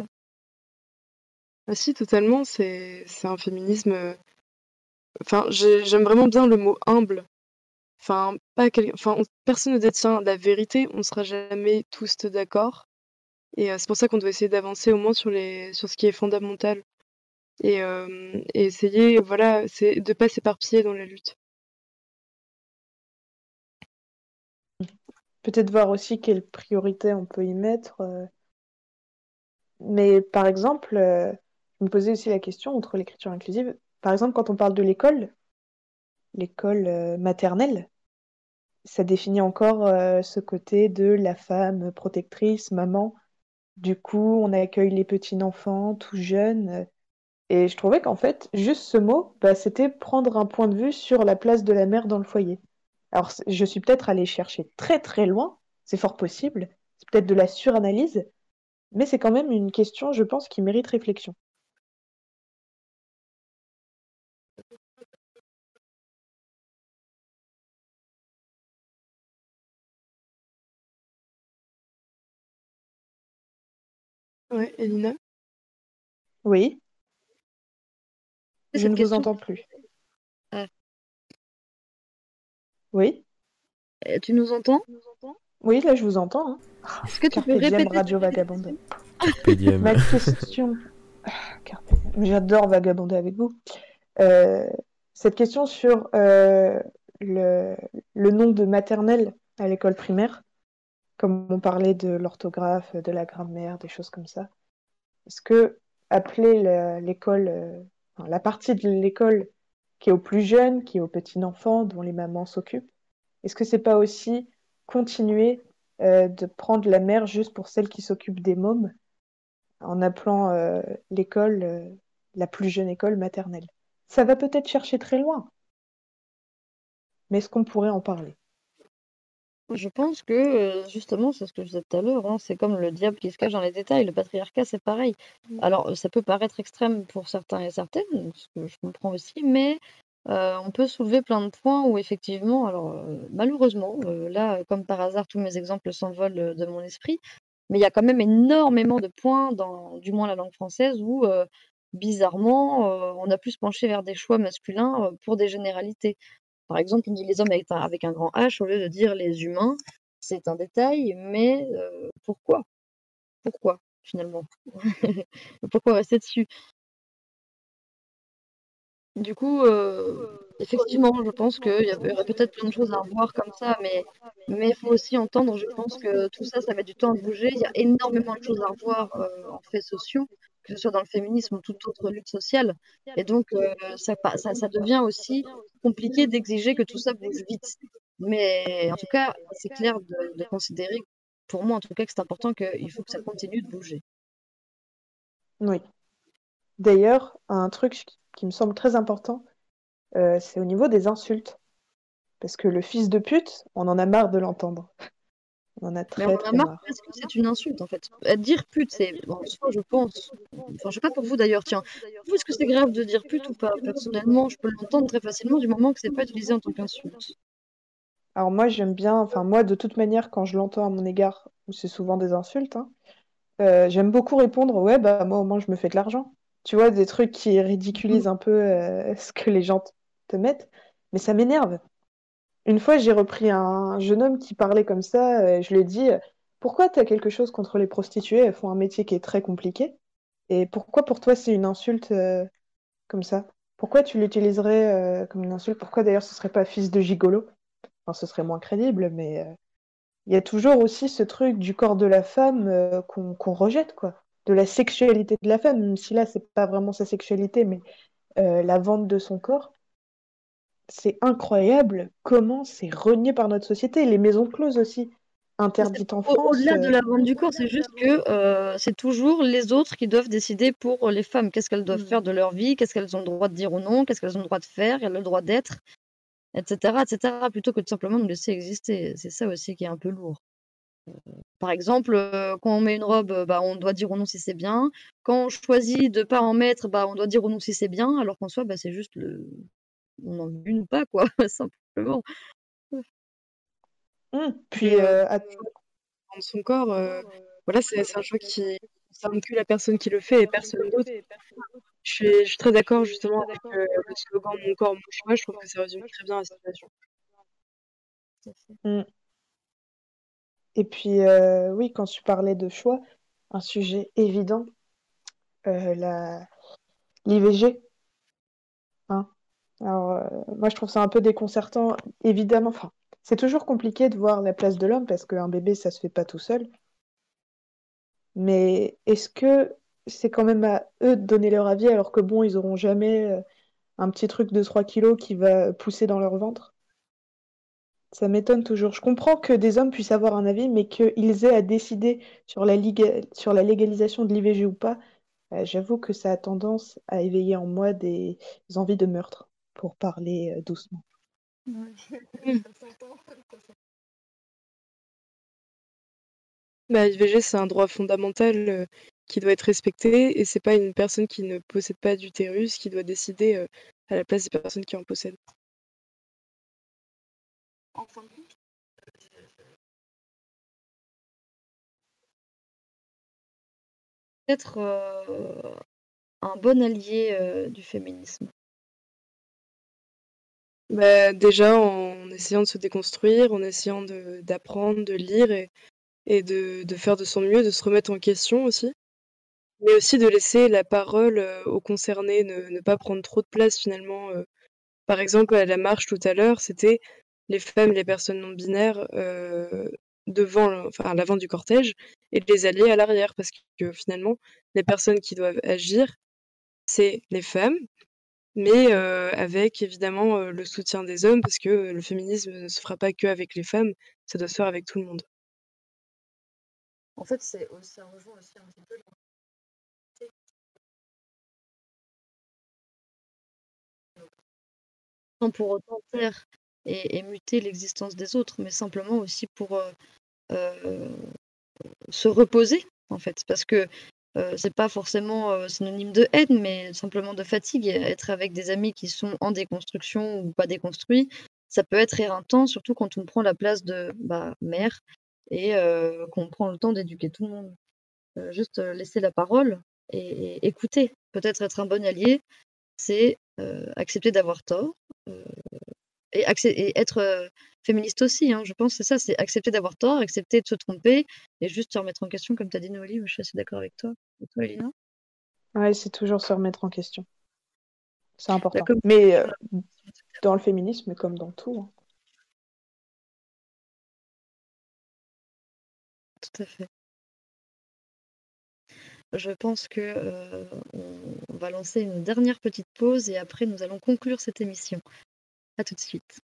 Ah si, totalement, c'est c'est un féminisme. euh, Enfin, j'ai- j'aime vraiment bien le mot humble. Enfin, pas quel- enfin, on- personne ne détient la vérité, on sera jamais tous d'accord. Et euh, c'est pour ça qu'on doit essayer d'avancer au moins sur les sur ce qui est fondamental et, euh, et essayer, voilà, c'est de pas s'éparpiller dans la lutte.
Peut-être voir aussi quelles priorités on peut y mettre. euh. Mais par exemple, euh, je me posais aussi la question entre l'écriture inclusive. Par exemple, quand on parle de l'école, l'école euh, maternelle, ça définit encore euh, ce côté de la femme protectrice, maman. Du coup, on accueille les petits enfants tout jeunes. euh, Et je trouvais qu'en fait, juste ce mot, bah, c'était prendre un point de vue sur la place de la mère dans le foyer. Alors, c- je suis peut-être allée chercher très très loin, c'est fort possible, c'est peut-être de la suranalyse, mais c'est quand même une question, je pense, qui mérite réflexion.
Ouais, Elina?
Oui,
Et
je
cette
ne vous
question,
entends plus.
ah,
Oui,
euh, tu nous entends?
oui, là je vous entends. Hein.
Est-ce que tu peux
Carpe diem,
répéter
Radio
ta
Vagabonde.
question?
Carpe diem.
Ma question... Ah, Carpe diem. J'adore vagabonder avec vous. Euh, cette question sur euh, le, le nom de maternelle à l'école primaire, comme on parlait de l'orthographe, de la grammaire, des choses comme ça. Est-ce que appeler la- l'école, euh, enfin, la partie de l'école qui est aux plus jeunes, qui est aux petits enfants, dont les mamans s'occupent, est-ce que c'est pas aussi continuer euh, de prendre la mère juste pour celle qui s'occupe des mômes, en appelant euh, l'école euh, la plus jeune école maternelle? Ça va peut-être chercher très loin, mais est-ce qu'on pourrait en parler?
Je pense que euh, justement, c'est ce que je disais tout à l'heure, hein, c'est comme le diable qui se cache dans les détails. Le patriarcat, c'est pareil. Alors, euh, ça peut paraître extrême pour certains et certaines, ce que je comprends aussi, mais euh, on peut soulever plein de points où effectivement, alors euh, malheureusement, euh, là, comme par hasard, tous mes exemples s'envolent euh, de mon esprit, mais il y a quand même énormément de points dans, du moins la langue française, où euh, bizarrement, euh, on a plus penché vers des choix masculins euh, pour des généralités. Par exemple, on dit les hommes avec un, avec un grand H au lieu de dire les humains. C'est un détail, mais euh, pourquoi? Pourquoi, finalement? Pourquoi rester dessus? Du coup, euh, effectivement, je pense qu'il y avait- y aurait peut-être plein de choses à revoir comme ça, mais mais il faut aussi entendre, je pense que tout ça, ça met du temps à bouger. Il y a énormément de choses à revoir euh, en faits sociaux, que ce soit dans le féminisme ou toute autre lutte sociale. Et donc, euh, ça, pa- ça, ça devient aussi compliqué d'exiger que tout ça bouge vite. Mais en tout cas, c'est clair de, de considérer, pour moi en tout cas, que c'est important qu'il faut que ça continue de bouger.
Oui. D'ailleurs, un truc qui me semble très important, euh, c'est au niveau des insultes. Parce que le fils de pute, on en a marre de l'entendre. On en a
Mais on
très
en a
très
marre
marre.
parce que c'est une insulte en fait. Euh, Dire pute, c'est bon, en soi, je pense. Enfin, je sais pas pour vous d'ailleurs, tiens. Vous, est-ce que c'est grave de dire pute ou pas? Personnellement, je peux l'entendre très facilement du moment que c'est pas utilisé en tant qu'insulte.
Alors moi, j'aime bien, enfin moi, de toute manière, quand je l'entends à mon égard, où c'est souvent des insultes, hein, euh, j'aime beaucoup répondre, ouais, bah moi au moins je me fais de l'argent. Tu vois, des trucs qui ridiculisent un peu euh, ce que les gens t- te mettent, mais ça m'énerve. Une fois, j'ai repris un jeune homme qui parlait comme ça, euh, je lui ai dit, euh, pourquoi tu as quelque chose contre les prostituées? Elles font un métier qui est très compliqué. Et pourquoi pour toi c'est une insulte euh, comme ça? Pourquoi tu l'utiliserais euh, comme une insulte? Pourquoi d'ailleurs ce serait pas fils de gigolo? Enfin, ce serait moins crédible, mais euh, il y a toujours aussi ce truc du corps de la femme euh, qu'on qu'on rejette, quoi. De la sexualité de la femme, même si là, c'est pas vraiment sa sexualité, mais euh, la vente de son corps. C'est incroyable comment c'est renié par notre société. Les maisons closes aussi,
C'est
interdites en
au-
France.
Au-delà de
euh,
la vente du corps, c'est juste que euh, c'est toujours les autres qui doivent décider pour les femmes. Qu'est-ce qu'elles doivent faire de leur vie, qu'est-ce qu'elles ont le droit de dire ou non, qu'est-ce qu'elles ont le droit de faire, elles ont le droit d'être, et cetera, et cetera, plutôt que de simplement nous laisser exister. C'est ça aussi qui est un peu lourd. Par exemple, euh, quand on met une robe, euh, bah, on doit dire ou non si c'est bien. Quand on choisit de pas en mettre, bah, on doit dire ou non si c'est bien, alors qu'en soi, bah, c'est juste le... on en veut une ou pas, quoi, simplement.
hum,
Mais
Puis,
euh,
euh, à-
dans son corps, euh, voilà, c'est c'est un choix qui concerne que la personne qui le fait et personne d'autre. Je suis, je suis très d'accord justement avec euh, le slogan Mon corps, mon choix. Je trouve que ça résume très bien la situation.
hum. Et puis, euh, oui, quand tu parlais de choix, un sujet évident, euh, la... l'I V G. Hein. Alors, euh, moi, je trouve ça un peu déconcertant, évidemment. Enfin, c'est toujours compliqué de voir la place de l'homme parce qu'un bébé, ça se fait pas tout seul. Mais est-ce que c'est quand même à eux de donner leur avis alors que bon, ils auront jamais euh, un petit truc de trois kilos qui va pousser dans leur ventre? Ça m'étonne toujours. Je comprends que des hommes puissent avoir un avis, mais qu'ils aient à décider sur la, liga- sur la légalisation de l'I V G ou pas, euh, j'avoue que ça a tendance à éveiller en moi des envies de meurtre, pour parler euh, doucement.
Mm. Bah, l'I V G, c'est un droit fondamental euh, qui doit être respecté et c'est pas une personne qui ne possède pas d'utérus qui doit décider euh, à la place des personnes qui en possèdent.
Être euh, un bon allié euh, du féminisme.
Bah, déjà en essayant de se déconstruire, en essayant de- d'apprendre, de lire et, et de, de faire de son mieux, de se remettre en question aussi, mais aussi de laisser la parole euh, aux concernés, ne, ne pas prendre trop de place finalement. euh. Par exemple, à la marche tout à l'heure, c'était les femmes, les personnes non binaires euh, devant, le- enfin, à l'avant du cortège et les alliés à l'arrière, parce que finalement, les personnes qui doivent agir, c'est les femmes, mais euh, avec évidemment euh, le soutien des hommes, parce que euh, le féminisme ne se fera pas que avec les femmes, ça doit se faire avec tout le monde.
En fait, c'est ça rejoint aussi un petit peu sans pour autant taire et, et muter l'existence des autres, mais simplement aussi pour euh, euh, se reposer, en fait, parce que euh, c'est pas forcément euh, synonyme de haine, mais simplement de fatigue. Et être avec des amis qui sont en déconstruction ou pas déconstruits, ça peut être éreintant, surtout quand on prend la place de bah, mère et euh, qu'on prend le temps d'éduquer tout le monde. Euh, juste euh, laisser la parole et, et écouter. Peut-être être un bon allié, c'est euh, accepter d'avoir tort. euh, et, accé- et être euh, féministe aussi, hein, je pense, c'est ça, c'est accepter d'avoir tort, accepter de se tromper et juste se remettre en question, comme tu as dit, Noélie, je suis assez d'accord avec toi. Et toi, Elina?
Ouais, c'est toujours se remettre en question. C'est important.
Comme
Mais euh, dans le féminisme, comme dans tout. hein.
Tout à fait. Je pense que euh, on va lancer une dernière petite pause et après nous allons conclure cette émission. À tout de suite.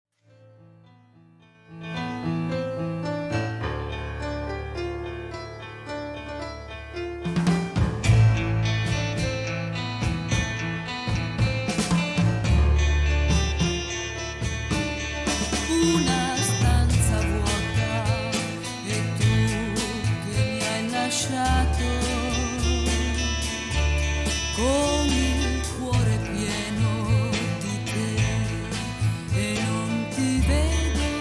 Una stanza vuota e tu che mi hai lasciato con il cuore pieno di te e non ti vedo.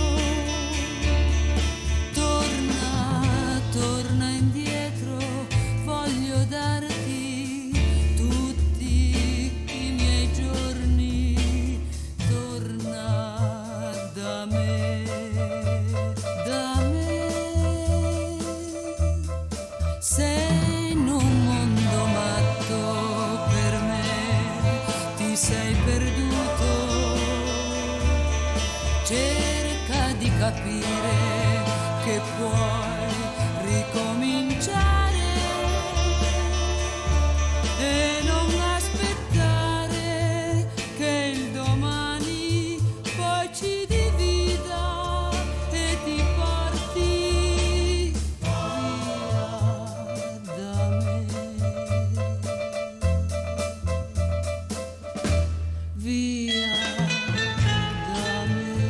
Torna, torna indietro, voglio darti tutti i miei giorni. Torna da me, da me. Sei in un mondo matto per me, ti sei perduto. Cerca di capire che puoi ricominciare e non aspettare che il domani poi ci divida e ti porti via da me, via da me.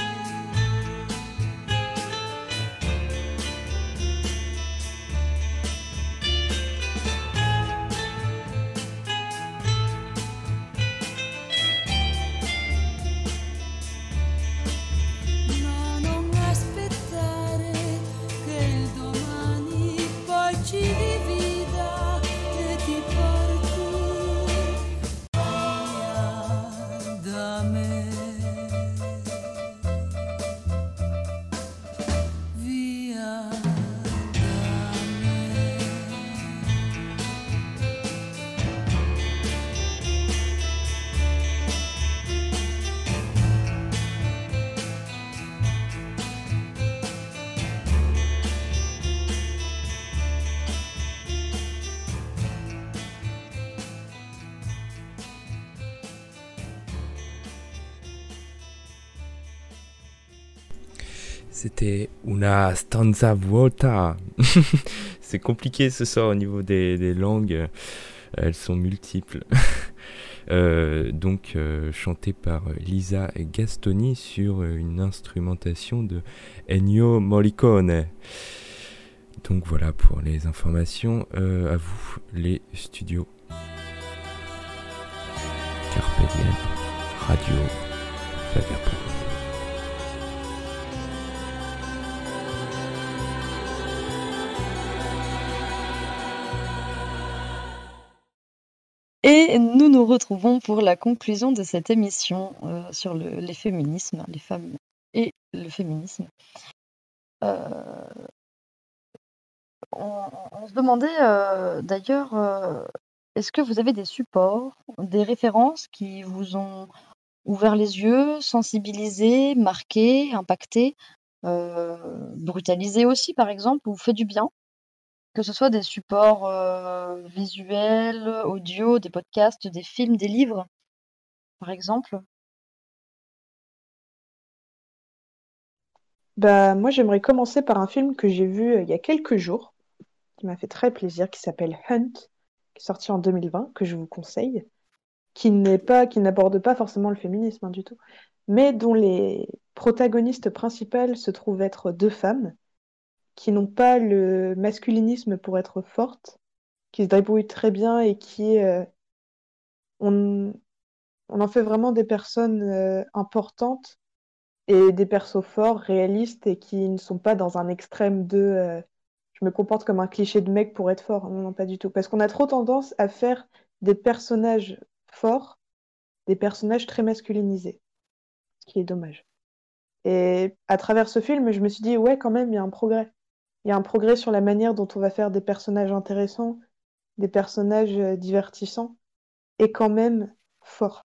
No, non aspettare che il domani poi ci divida e ti porti via da me, via da me.
C'était Una stanza vuota. C'est compliqué ce soir au niveau des, des langues. Elles sont multiples. Euh, donc euh, chanté par Lisa Gastoni sur une instrumentation de Ennio Morricone. Donc voilà pour les informations. Euh, à vous les studios. Carpe diem, Radio Vagabond.
Et nous nous retrouvons pour la conclusion de cette émission euh, sur le, les féminismes, les femmes et le féminisme. Euh, on, on se demandait euh, d'ailleurs, euh, est-ce que vous avez des supports, des références qui vous ont ouvert les yeux, sensibilisé, marqué, impacté, euh, brutalisé aussi par exemple, ou fait du bien? Que ce soit des supports euh, visuels, audio, des podcasts, des films, des livres, par exemple.
Bah, moi, j'aimerais commencer par un film que j'ai vu euh, il y a quelques jours, qui m'a fait très plaisir, qui s'appelle Hunt, qui est sorti en deux mille vingt, que je vous conseille, qui n'est pas, qui n'aborde pas forcément le féminisme hein, du tout, mais dont les protagonistes principales se trouvent être deux femmes qui n'ont pas le masculinisme pour être fortes, qui se débrouillent très bien et qui euh, on, on en fait vraiment des personnes euh, importantes et des persos forts, réalistes et qui ne sont pas dans un extrême de euh, je me comporte comme un cliché de mec pour être fort. Non, non, pas du tout. Parce qu'on a trop tendance à faire des personnages forts, des personnages très masculinisés, ce qui est dommage. Et à travers ce film, je me suis dit, ouais, quand même, il y a un progrès. Il y a un progrès sur la manière dont on va faire des personnages intéressants, des personnages euh, divertissants. Et quand même, fort.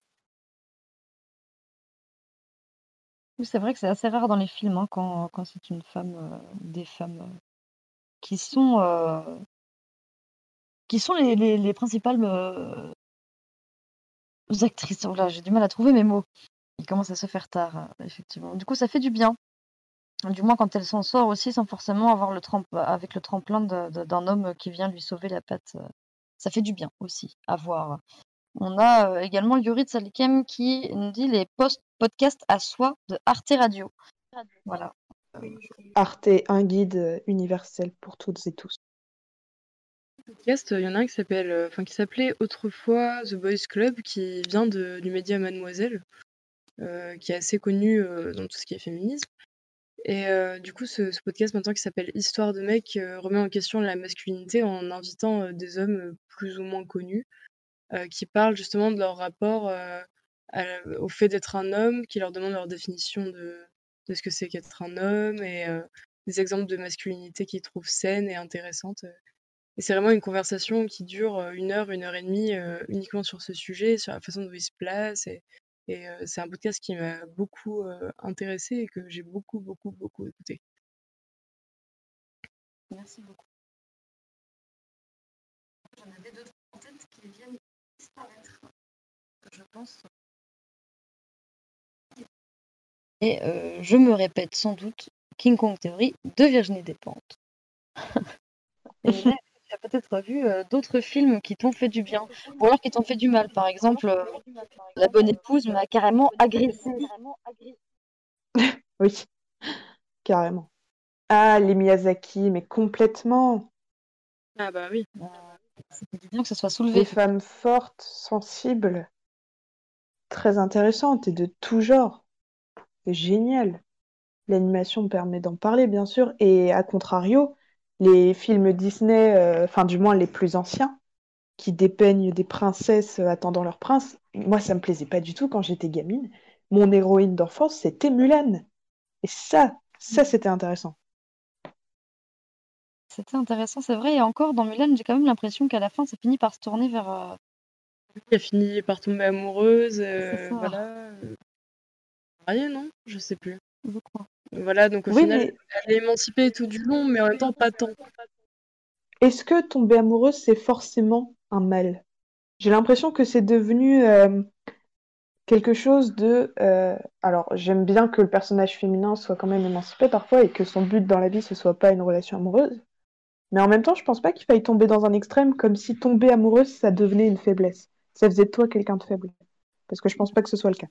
Oui, c'est vrai que c'est assez rare dans les films hein, quand, quand c'est une femme, euh, des femmes euh, qui sont, euh, qui sont les, les, les principales euh, actrices. Oh là, j'ai du mal à trouver mes mots. Il commence à se faire tard, euh, effectivement. Du coup, ça fait du bien. Du moins quand elle s'en sort aussi, sans forcément avoir le trempe, avec le tremplin de- de- d'un homme qui vient lui sauver la patte. euh, Ça fait du bien aussi à voir. On a euh, également Yorit Salikem qui nous dit les post podcasts à soi de Arte Radio. Voilà.
Arte, un guide euh, universel pour toutes et tous.
Podcast, il y en a un qui s'appelle, euh, enfin qui s'appelait autrefois The Boys Club, qui vient de- du média Mademoiselle, euh, qui est assez connu euh, dans tout ce qui est féminisme. Et euh, du coup, ce, ce podcast maintenant qui s'appelle Histoire de mec euh, remet en question la masculinité en invitant euh, des hommes euh, plus ou moins connus euh, qui parlent justement de leur rapport euh, à- au fait d'être un homme, qui leur demandent leur définition de, de ce que c'est qu'être un homme et euh, des exemples de masculinité qu'ils trouvent saines et intéressantes. Et c'est vraiment une conversation qui dure euh, une heure, une heure et demie euh, uniquement sur ce sujet, sur la façon dont il se place. Et, et euh, c'est un podcast qui m'a beaucoup euh, intéressée et que j'ai beaucoup, beaucoup, beaucoup écouté.
Merci beaucoup. J'en avais d'autres en tête qui viennent disparaître, je pense. Et euh, je me répète sans doute King Kong Theory de Virginie Despentes. Et là, tu as peut-être vu euh, d'autres films qui t'ont fait du bien, ou alors qui t'ont fait du mal. Par exemple, euh, La Bonne Épouse m'a carrément agressée.
Oui, carrément. Ah, les Miyazaki, mais complètement.
Ah bah oui.
Euh, ça fait du bien que ce soit
Des
soulevé.
femmes fortes, sensibles, très intéressantes et de tout genre. C'est génial. L'animation me permet d'en parler, bien sûr. Et à contrario, les films Disney, euh, enfin du moins les plus anciens, qui dépeignent des princesses attendant leur prince, moi ça me plaisait pas du tout quand j'étais gamine. Mon héroïne d'enfance, c'était Mulan. Et ça, ça c'était intéressant.
C'était intéressant, c'est vrai. Et encore, dans Mulan, j'ai quand même l'impression qu'à la fin, ça finit par se tourner vers... euh,
Elle a fini par tomber amoureuse, euh,
C'est ça.
voilà. euh, Mariée, non? Je sais plus.
Je crois.
Voilà, donc au
Oui,
final,
mais
elle est émancipée tout du long, mais en même temps pas tant.
est-ce que tomber amoureuse, c'est forcément un mal? J'ai l'impression que c'est devenu euh, quelque chose de... euh, Alors, j'aime bien que le personnage féminin soit quand même émancipé parfois et que son but dans la vie, ce soit pas une relation amoureuse. Mais en même temps, je pense pas qu'il faille tomber dans un extrême comme si tomber amoureuse, ça devenait une faiblesse. Ça faisait de toi quelqu'un de faible. Parce que je pense pas que ce soit le cas.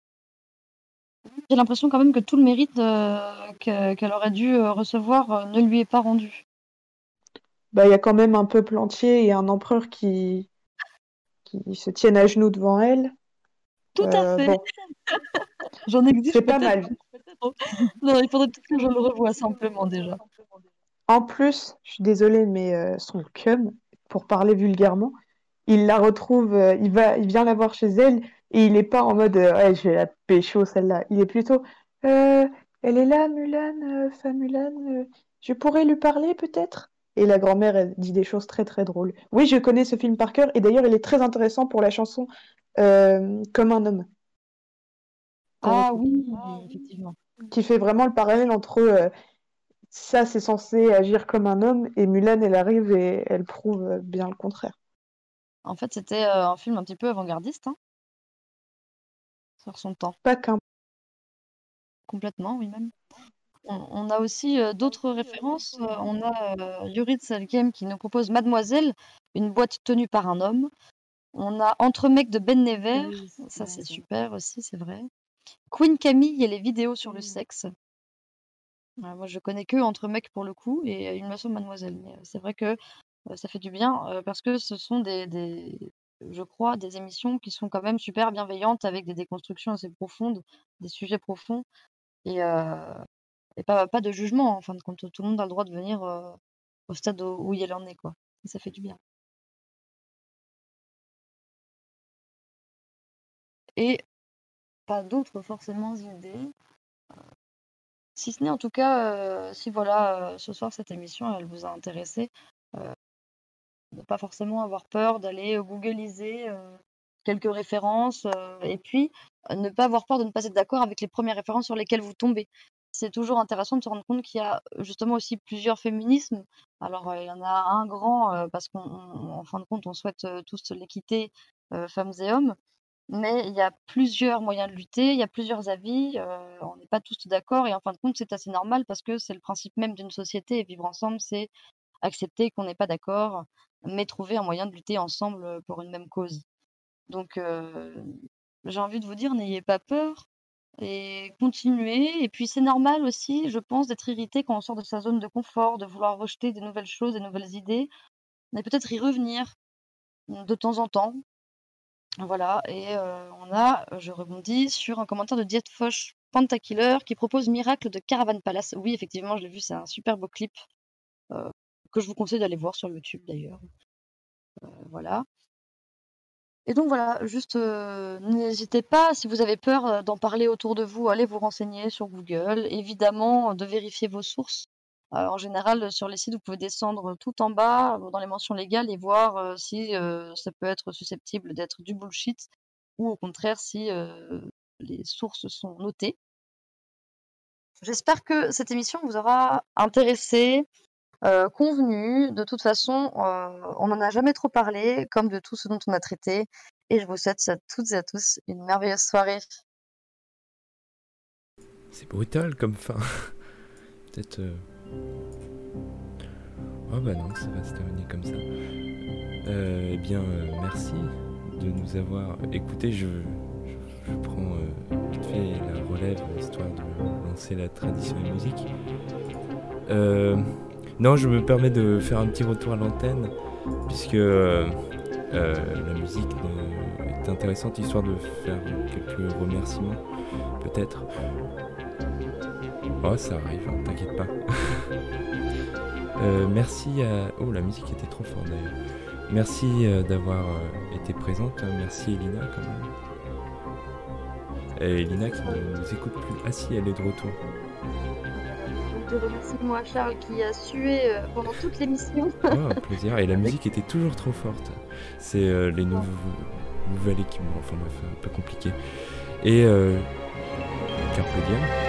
J'ai l'impression quand même que tout le mérite euh, que- qu'elle aurait dû euh, recevoir euh, ne lui est pas rendu.
Bah, il y a quand même un peuple entier et un empereur qui, qui se tiennent à genoux devant elle.
Tout à
Euh,
fait.
bon,
J'en exige
c'est pas
peut-être.
mal.
Non, il faudrait peut-être que je le revoie simplement déjà.
En plus, je suis désolée, mais euh, son cum, pour parler vulgairement, il la retrouve, euh, il va, il vient la voir chez elle et il est pas en mode euh, ouais, je vais la pécho celle-là. Il est plutôt euh, elle est là, Mulan, euh, femme Mulan, euh, je pourrais lui parler peut-être? Et la grand-mère, elle dit des choses très très drôles. Oui, je connais ce film par cœur et d'ailleurs, il est très intéressant pour la chanson euh, Comme un homme, pour le
Ah
coup,
oui, effectivement.
qui fait vraiment le parallèle entre euh, ça, c'est censé agir comme un homme et Mulan, elle arrive et elle prouve euh, bien le contraire.
En fait, c'était euh, un film un petit peu avant-gardiste, hein, sur son temps.
Pas qu'un.
Complètement, oui même. On, on a aussi euh, d'autres références. Euh, on a euh, Yurit Salkem qui nous propose Mademoiselle, une boîte tenue par un homme. On a Entre mecs de Ben Never,
Oui,
ça c'est
c'est
super aussi, c'est vrai. Queen Camille et les vidéos sur le sexe. Ouais, moi je connais que Entre mecs pour le coup, et euh, il me semble Mademoiselle. Mais euh, c'est vrai que euh, ça fait du bien euh, parce que ce sont des, des, je crois, des émissions qui sont quand même super bienveillantes avec des déconstructions assez profondes, des sujets profonds et, euh, et pas, pas de jugement en fin de compte. Tout le monde a le droit de venir euh, au stade où, où il en est, quoi. Et ça fait du bien. Et pas d'autres forcément idées. Si ce n'est en tout cas, euh, si voilà, euh, ce soir cette émission elle vous a intéressé, euh, ne pas forcément avoir peur d'aller euh, googliser euh, quelques références, heu, et puis, heu, ne pas avoir peur de ne pas être d'accord avec les premières références sur lesquelles vous tombez. C'est toujours intéressant de se rendre compte qu'il y a, justement aussi plusieurs féminismes. Alors, heu, il y en a un grand, heu, parce qu'on on en fin de compte, on souhaite, heu, tous l'équité, heu, femmes et hommes, mais il y a plusieurs moyens de lutter, il y a plusieurs avis, heu, on n'est pas tous d'accord et en fin de compte, c'est assez normal parce que c'est le principe même d'une société et vivre ensemble, c'est accepter qu'on n'est pas d'accord, mais trouver un moyen de lutter ensemble, heu, pour une même cause. Donc, heu, j'ai envie de vous dire, n'ayez pas peur et continuez et puis c'est normal aussi, je pense, d'être irrité quand on sort de sa zone de confort, de vouloir rejeter des nouvelles choses, des nouvelles idées, mais peut-être y revenir, mmh, de temps en temps. Voilà et heu, on a, je rebondis sur un commentaire de Dietfosh Pentakiller qui propose Miracle de Caravan Palace. Oui, effectivement, je l'ai vu, c'est un super beau clip, heu, que je vous conseille d'aller voir sur YouTube d'ailleurs. Heu, voilà. Et donc voilà, juste, heu, n'hésitez pas, si vous avez peur, heu, d'en parler autour de vous, allez vous renseigner sur Google. Évidemment, euh, de vérifier vos sources. Heu, en général, heu, sur les sites, vous pouvez descendre tout en bas, heu, dans les mentions légales et voir, heu, si, heu, ça peut être susceptible d'être du bullshit ou au contraire si, heu, les sources sont notées. J'espère que cette émission vous aura intéressé, heu, convenu. De toute façon, heu, on n'en a jamais trop parlé, comme de tout ce dont on a traité et je vous souhaite à toutes et à tous une merveilleuse soirée.
C'est brutal comme fin. Peut-être... euh, Oh bah non, ça va se terminer comme ça. Euh, eh bien, euh, merci de nous avoir écoutés. Je, je, je prends euh, vite fait la relève, histoire de lancer la tradition et musique. Euh, non, je me permets de faire un petit retour à l'antenne, puisque euh, euh, la musique euh, est intéressante, histoire de faire quelques remerciements, peut-être. Oh, ça arrive, hein, t'inquiète pas. Euh, merci à... Oh, la musique était trop forte d'ailleurs. Merci euh, d'avoir euh, été présente. Merci Elina quand même. Et Elina qui ne nous écoute plus. Ah si, elle est de retour.
Je remercie moi Charles qui a sué euh, pendant toute l'émission.
Oh, un plaisir. Et la musique était toujours trop forte. C'est euh, les nouveaux, nouvel équipement. Enfin bref, un peu compliqué. Et euh, Carpe Diem.